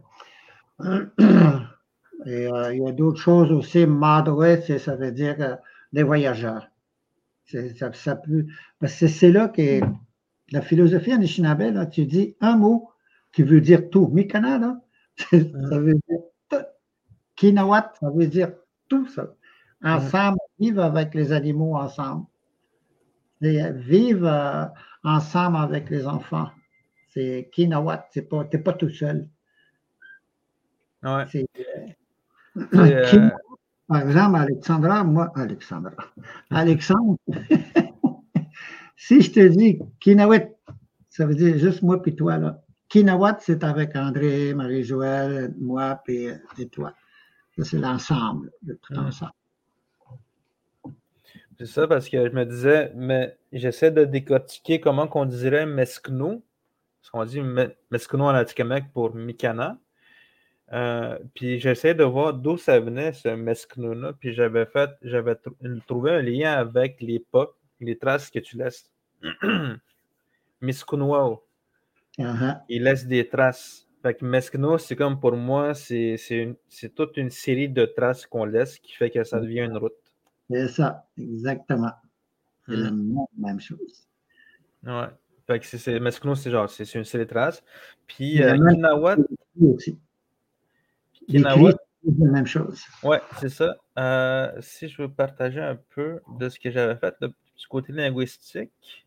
et euh, il y a d'autres choses aussi. Madouet, ça veut dire euh, les voyageurs. C'est, ça, ça peut, parce que c'est là que la philosophie Anishinaabe, là, tu dis un mot qui veut dire tout. Mikana, là, mm. ça veut dire tout. Kinawat, ça veut dire tout ça. Ensemble, mm. vivre avec les animaux ensemble. Et vivre euh, ensemble avec les enfants. C'est Kinawat, c'est pas, t'es pas tout seul. Ouais. C'est, euh, Kinawat, par exemple, Alexandra, moi, Alexandra, Alexandre, si je te dis Kinawat, ça veut dire juste moi puis toi, là. Kinawat, c'est avec André, Marie-Joëlle, moi puis et toi. Ça, c'est l'ensemble, de tout mmh. ensemble. C'est ça, parce que je me disais, mais j'essaie de décortiquer comment qu'on dirait Meskno, parce qu'on dit Meskno en Atikamekw pour Mikana. Euh, puis j'essaie de voir d'où ça venait, ce Meskno-là, puis j'avais fait, j'avais tr- trouvé un lien avec les pas, les traces que tu laisses. Miskunwao. Uh-huh. Il laisse des traces. Fait que Meskno, c'est comme pour moi, c'est, c'est, une, c'est toute une série de traces qu'on laisse qui fait que ça devient une route. C'est ça, exactement. C'est mm. la même, même chose. Ouais. Fait que c'est, c'est, Meskno, c'est genre, c'est, c'est une série de traces. Puis euh, Kinawat. Aussi. Kinawat. C'est la même chose. Ouais, c'est ça. Euh, si je veux partager un peu de ce que j'avais fait de, du côté linguistique.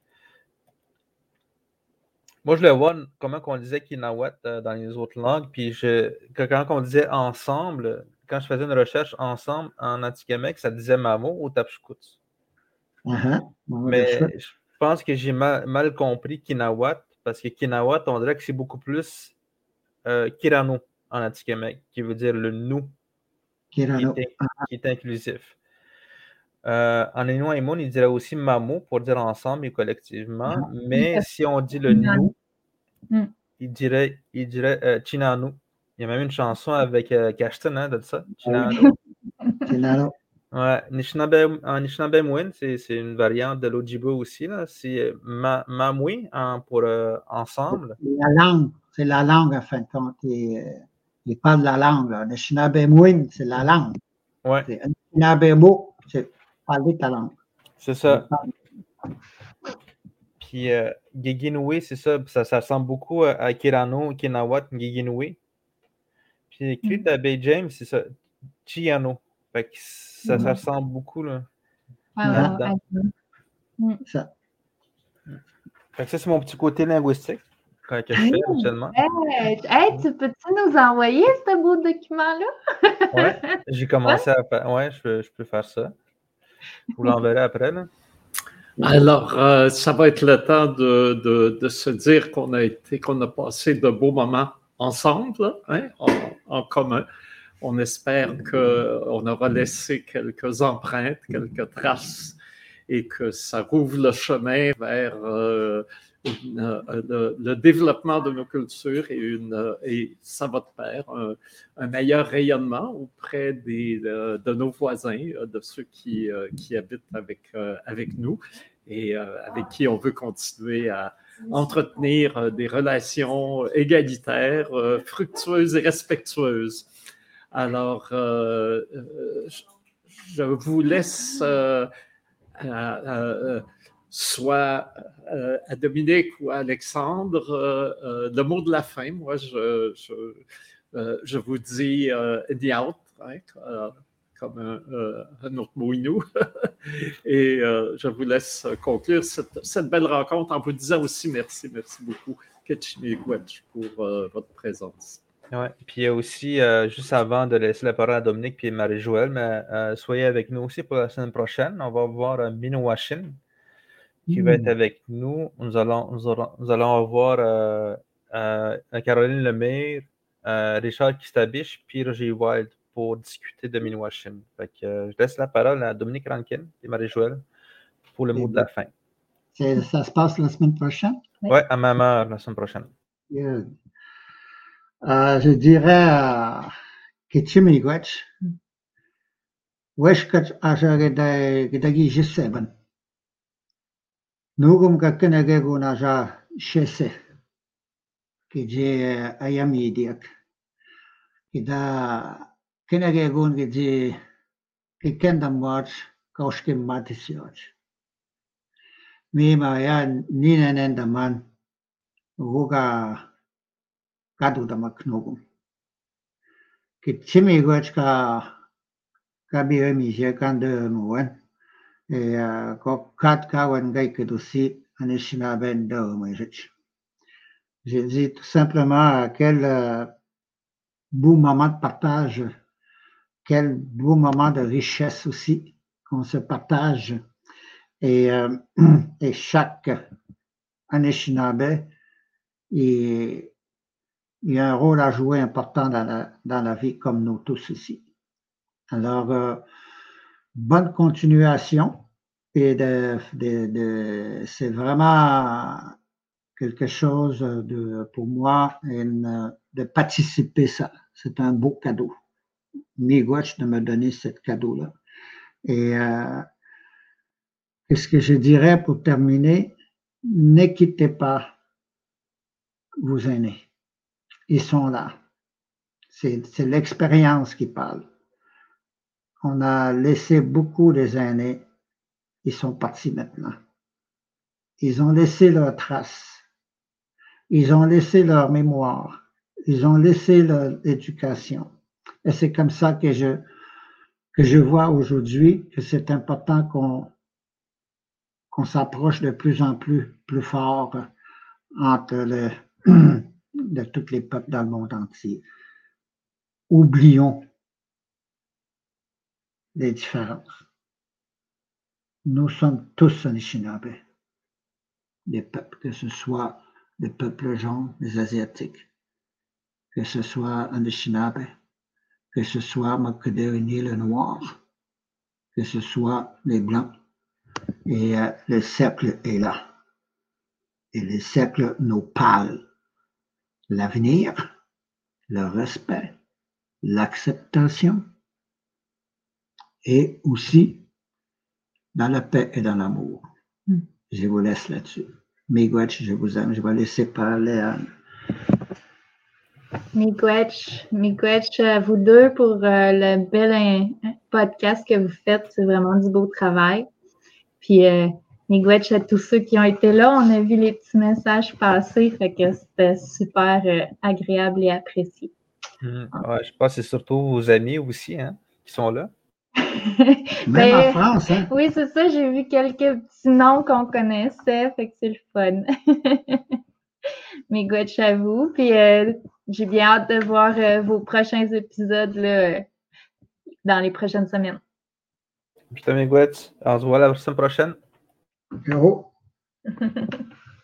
Moi, je voulais voir comment on disait Kinawat euh, dans les autres langues. Puis je, quand on disait ensemble, quand je faisais une recherche ensemble en Atikamekw, ça disait Mamo ou Tapshkuts. Uh-huh. Mais je pense que j'ai mal, mal compris Kinawat, parce que Kinawat, on dirait que c'est beaucoup plus euh, Kirano en Atikamekw, qui veut dire le nous, Kirano. Qui, est, qui est inclusif. Euh, en Inouïmoun, il dirait aussi Mamo pour dire ensemble et collectivement, mais si on dit le nous, il dirait, il dirait euh, Chinanu. Il y a même une chanson avec euh, Cashton, hein, de ça. Chinano. Chinano. Ouais. Nishinaabe, en Anishinaabe c'est, c'est une variante de l'Ojibwe aussi, là. C'est ma, Mamwi hein, pour euh, ensemble. La langue, c'est la langue, en fin de compte. Il, il parle de la langue. Anishinaabe, c'est la langue. Ouais. C'est Anishinaabe, c'est parler ta langue. C'est ça. Puis euh, Giginui, c'est ça, ça. Ça ressemble beaucoup à Kirano, Kinawat, Giginui. Puis écrit de Bay James, c'est ça. Chiano. Fait que ça, ça ressemble beaucoup, là. Ouais, là-dedans. ouais. Ça. Fait que ça, c'est mon petit côté linguistique que je fais habituellement. Hey, hey, tu peux-tu nous envoyer ce beau document-là? Ouais, j'ai commencé à faire. Ouais, je peux, je peux faire ça. Je vous l'enverrai après, là. Alors, euh, ça va être le temps de, de, de se dire qu'on a été, qu'on a passé de beaux moments ensemble, hein, en, en commun. On espère qu'on aura laissé quelques empreintes, quelques traces et que ça rouvre le chemin vers euh, une, euh, le, le développement de nos cultures et, une, et ça va de pair, un, un meilleur rayonnement auprès des, de, de nos voisins, de ceux qui, euh, qui habitent avec, euh, avec nous et euh, avec qui on veut continuer à entretenir euh, des relations égalitaires, euh, fructueuses et respectueuses. Alors, euh, euh, je vous laisse euh, à, à, soit euh, à Dominique ou à Alexandre euh, euh, le mot de la fin. Moi, je, je, euh, je vous dis euh, Niaut, hein, euh, comme un, euh, un autre mot inou. Et euh, je vous laisse conclure cette, cette belle rencontre en vous disant aussi merci, merci beaucoup, Ketchimiigwech, pour euh, votre présence. Ouais. Puis il y a aussi, euh, juste avant de laisser la parole à Dominique et Marie-Joëlle, mais euh, soyez avec nous aussi pour la semaine prochaine. On va voir euh, Minowashin qui mmh. va être avec nous. Nous allons, nous aurons, nous allons avoir euh, euh, Caroline Lemire, euh, Richard Kistabiche, puis Roger Wild pour discuter de Minowashin. Fait que euh, je laisse la parole à Dominique Rankin et Marie-Joëlle pour le mot de la fin. C'est, ça se passe la semaine prochaine? Oui, ouais, à même heure la semaine prochaine. Yeah. Uh, je dirais à Ketchimiigwech, Weshkach Aja Gedagi Giseben. Nugum Kakenagego Naja Shese, Kiji Ayamidiak. Kida Kenagegun Giji Kikendam Watch, Kaushkim Matisioj. Mima ya Ninanendaman, Ruga Kadu Damaknogum. Ketchimiigwech ka Kabiremi Jekande Mouen. Et quatre Kawan Gaikedosi, Anishinaabe Daumejich. J'ai dit tout simplement quel euh, beau moment de partage, quel beau moment de richesse aussi qu'on se partage. Et, euh, et chaque Anishinaabe, il, il a un rôle à jouer important dans la, dans la vie, comme nous tous ici. Alors, euh, bonne continuation. Et de, de, de, c'est vraiment quelque chose de, pour moi, une, de participer ça. C'est un beau cadeau. Miigwech de me donner ce cadeau-là. Et euh, qu'est-ce que je dirais pour terminer? Ne quittez pas vos aînés. Ils sont là. C'est, c'est l'expérience qui parle. On a laissé beaucoup des aînés. Ils sont partis maintenant. Ils ont laissé leurs traces. Ils ont laissé leur mémoire. Ils ont laissé leur éducation. Et c'est comme ça que je, que je vois aujourd'hui que c'est important qu'on, qu'on s'approche de plus en plus, plus fort entre le, de tous les peuples dans le monde entier. Oublions les différences. Nous sommes tous Anishinaabe, des peuples, que ce soit des peuples jaunes, des Asiatiques, que ce soit Anishinaabe, que ce soit Makedérini le Noir, que ce soit les Blancs. Et euh, le cercle est là. Et le cercle nous parle. L'avenir, le respect, l'acceptation et aussi dans la paix et dans l'amour. Mm. Je vous laisse là-dessus. Miigwech, je vous aime. Je vais laisser parler Anne. Miigwech, Miigwech à vous deux pour euh, le bel euh, podcast que vous faites. C'est vraiment du beau travail. Puis, euh, Miigwech à tous ceux qui ont été là. On a vu les petits messages passer, fait que c'était super euh, agréable et apprécié. Mmh. Ouais, je pense que c'est surtout vos amis aussi hein, qui sont là. Même ben, en France, hein? Oui, c'est ça. J'ai vu quelques petits noms qu'on connaissait, fait que c'est le fun. Miigwech à vous. Puis, euh, j'ai bien hâte de voir euh, vos prochains épisodes là, dans les prochaines semaines. Putain, Miigwech, on se voit la semaine prochaine. Héros.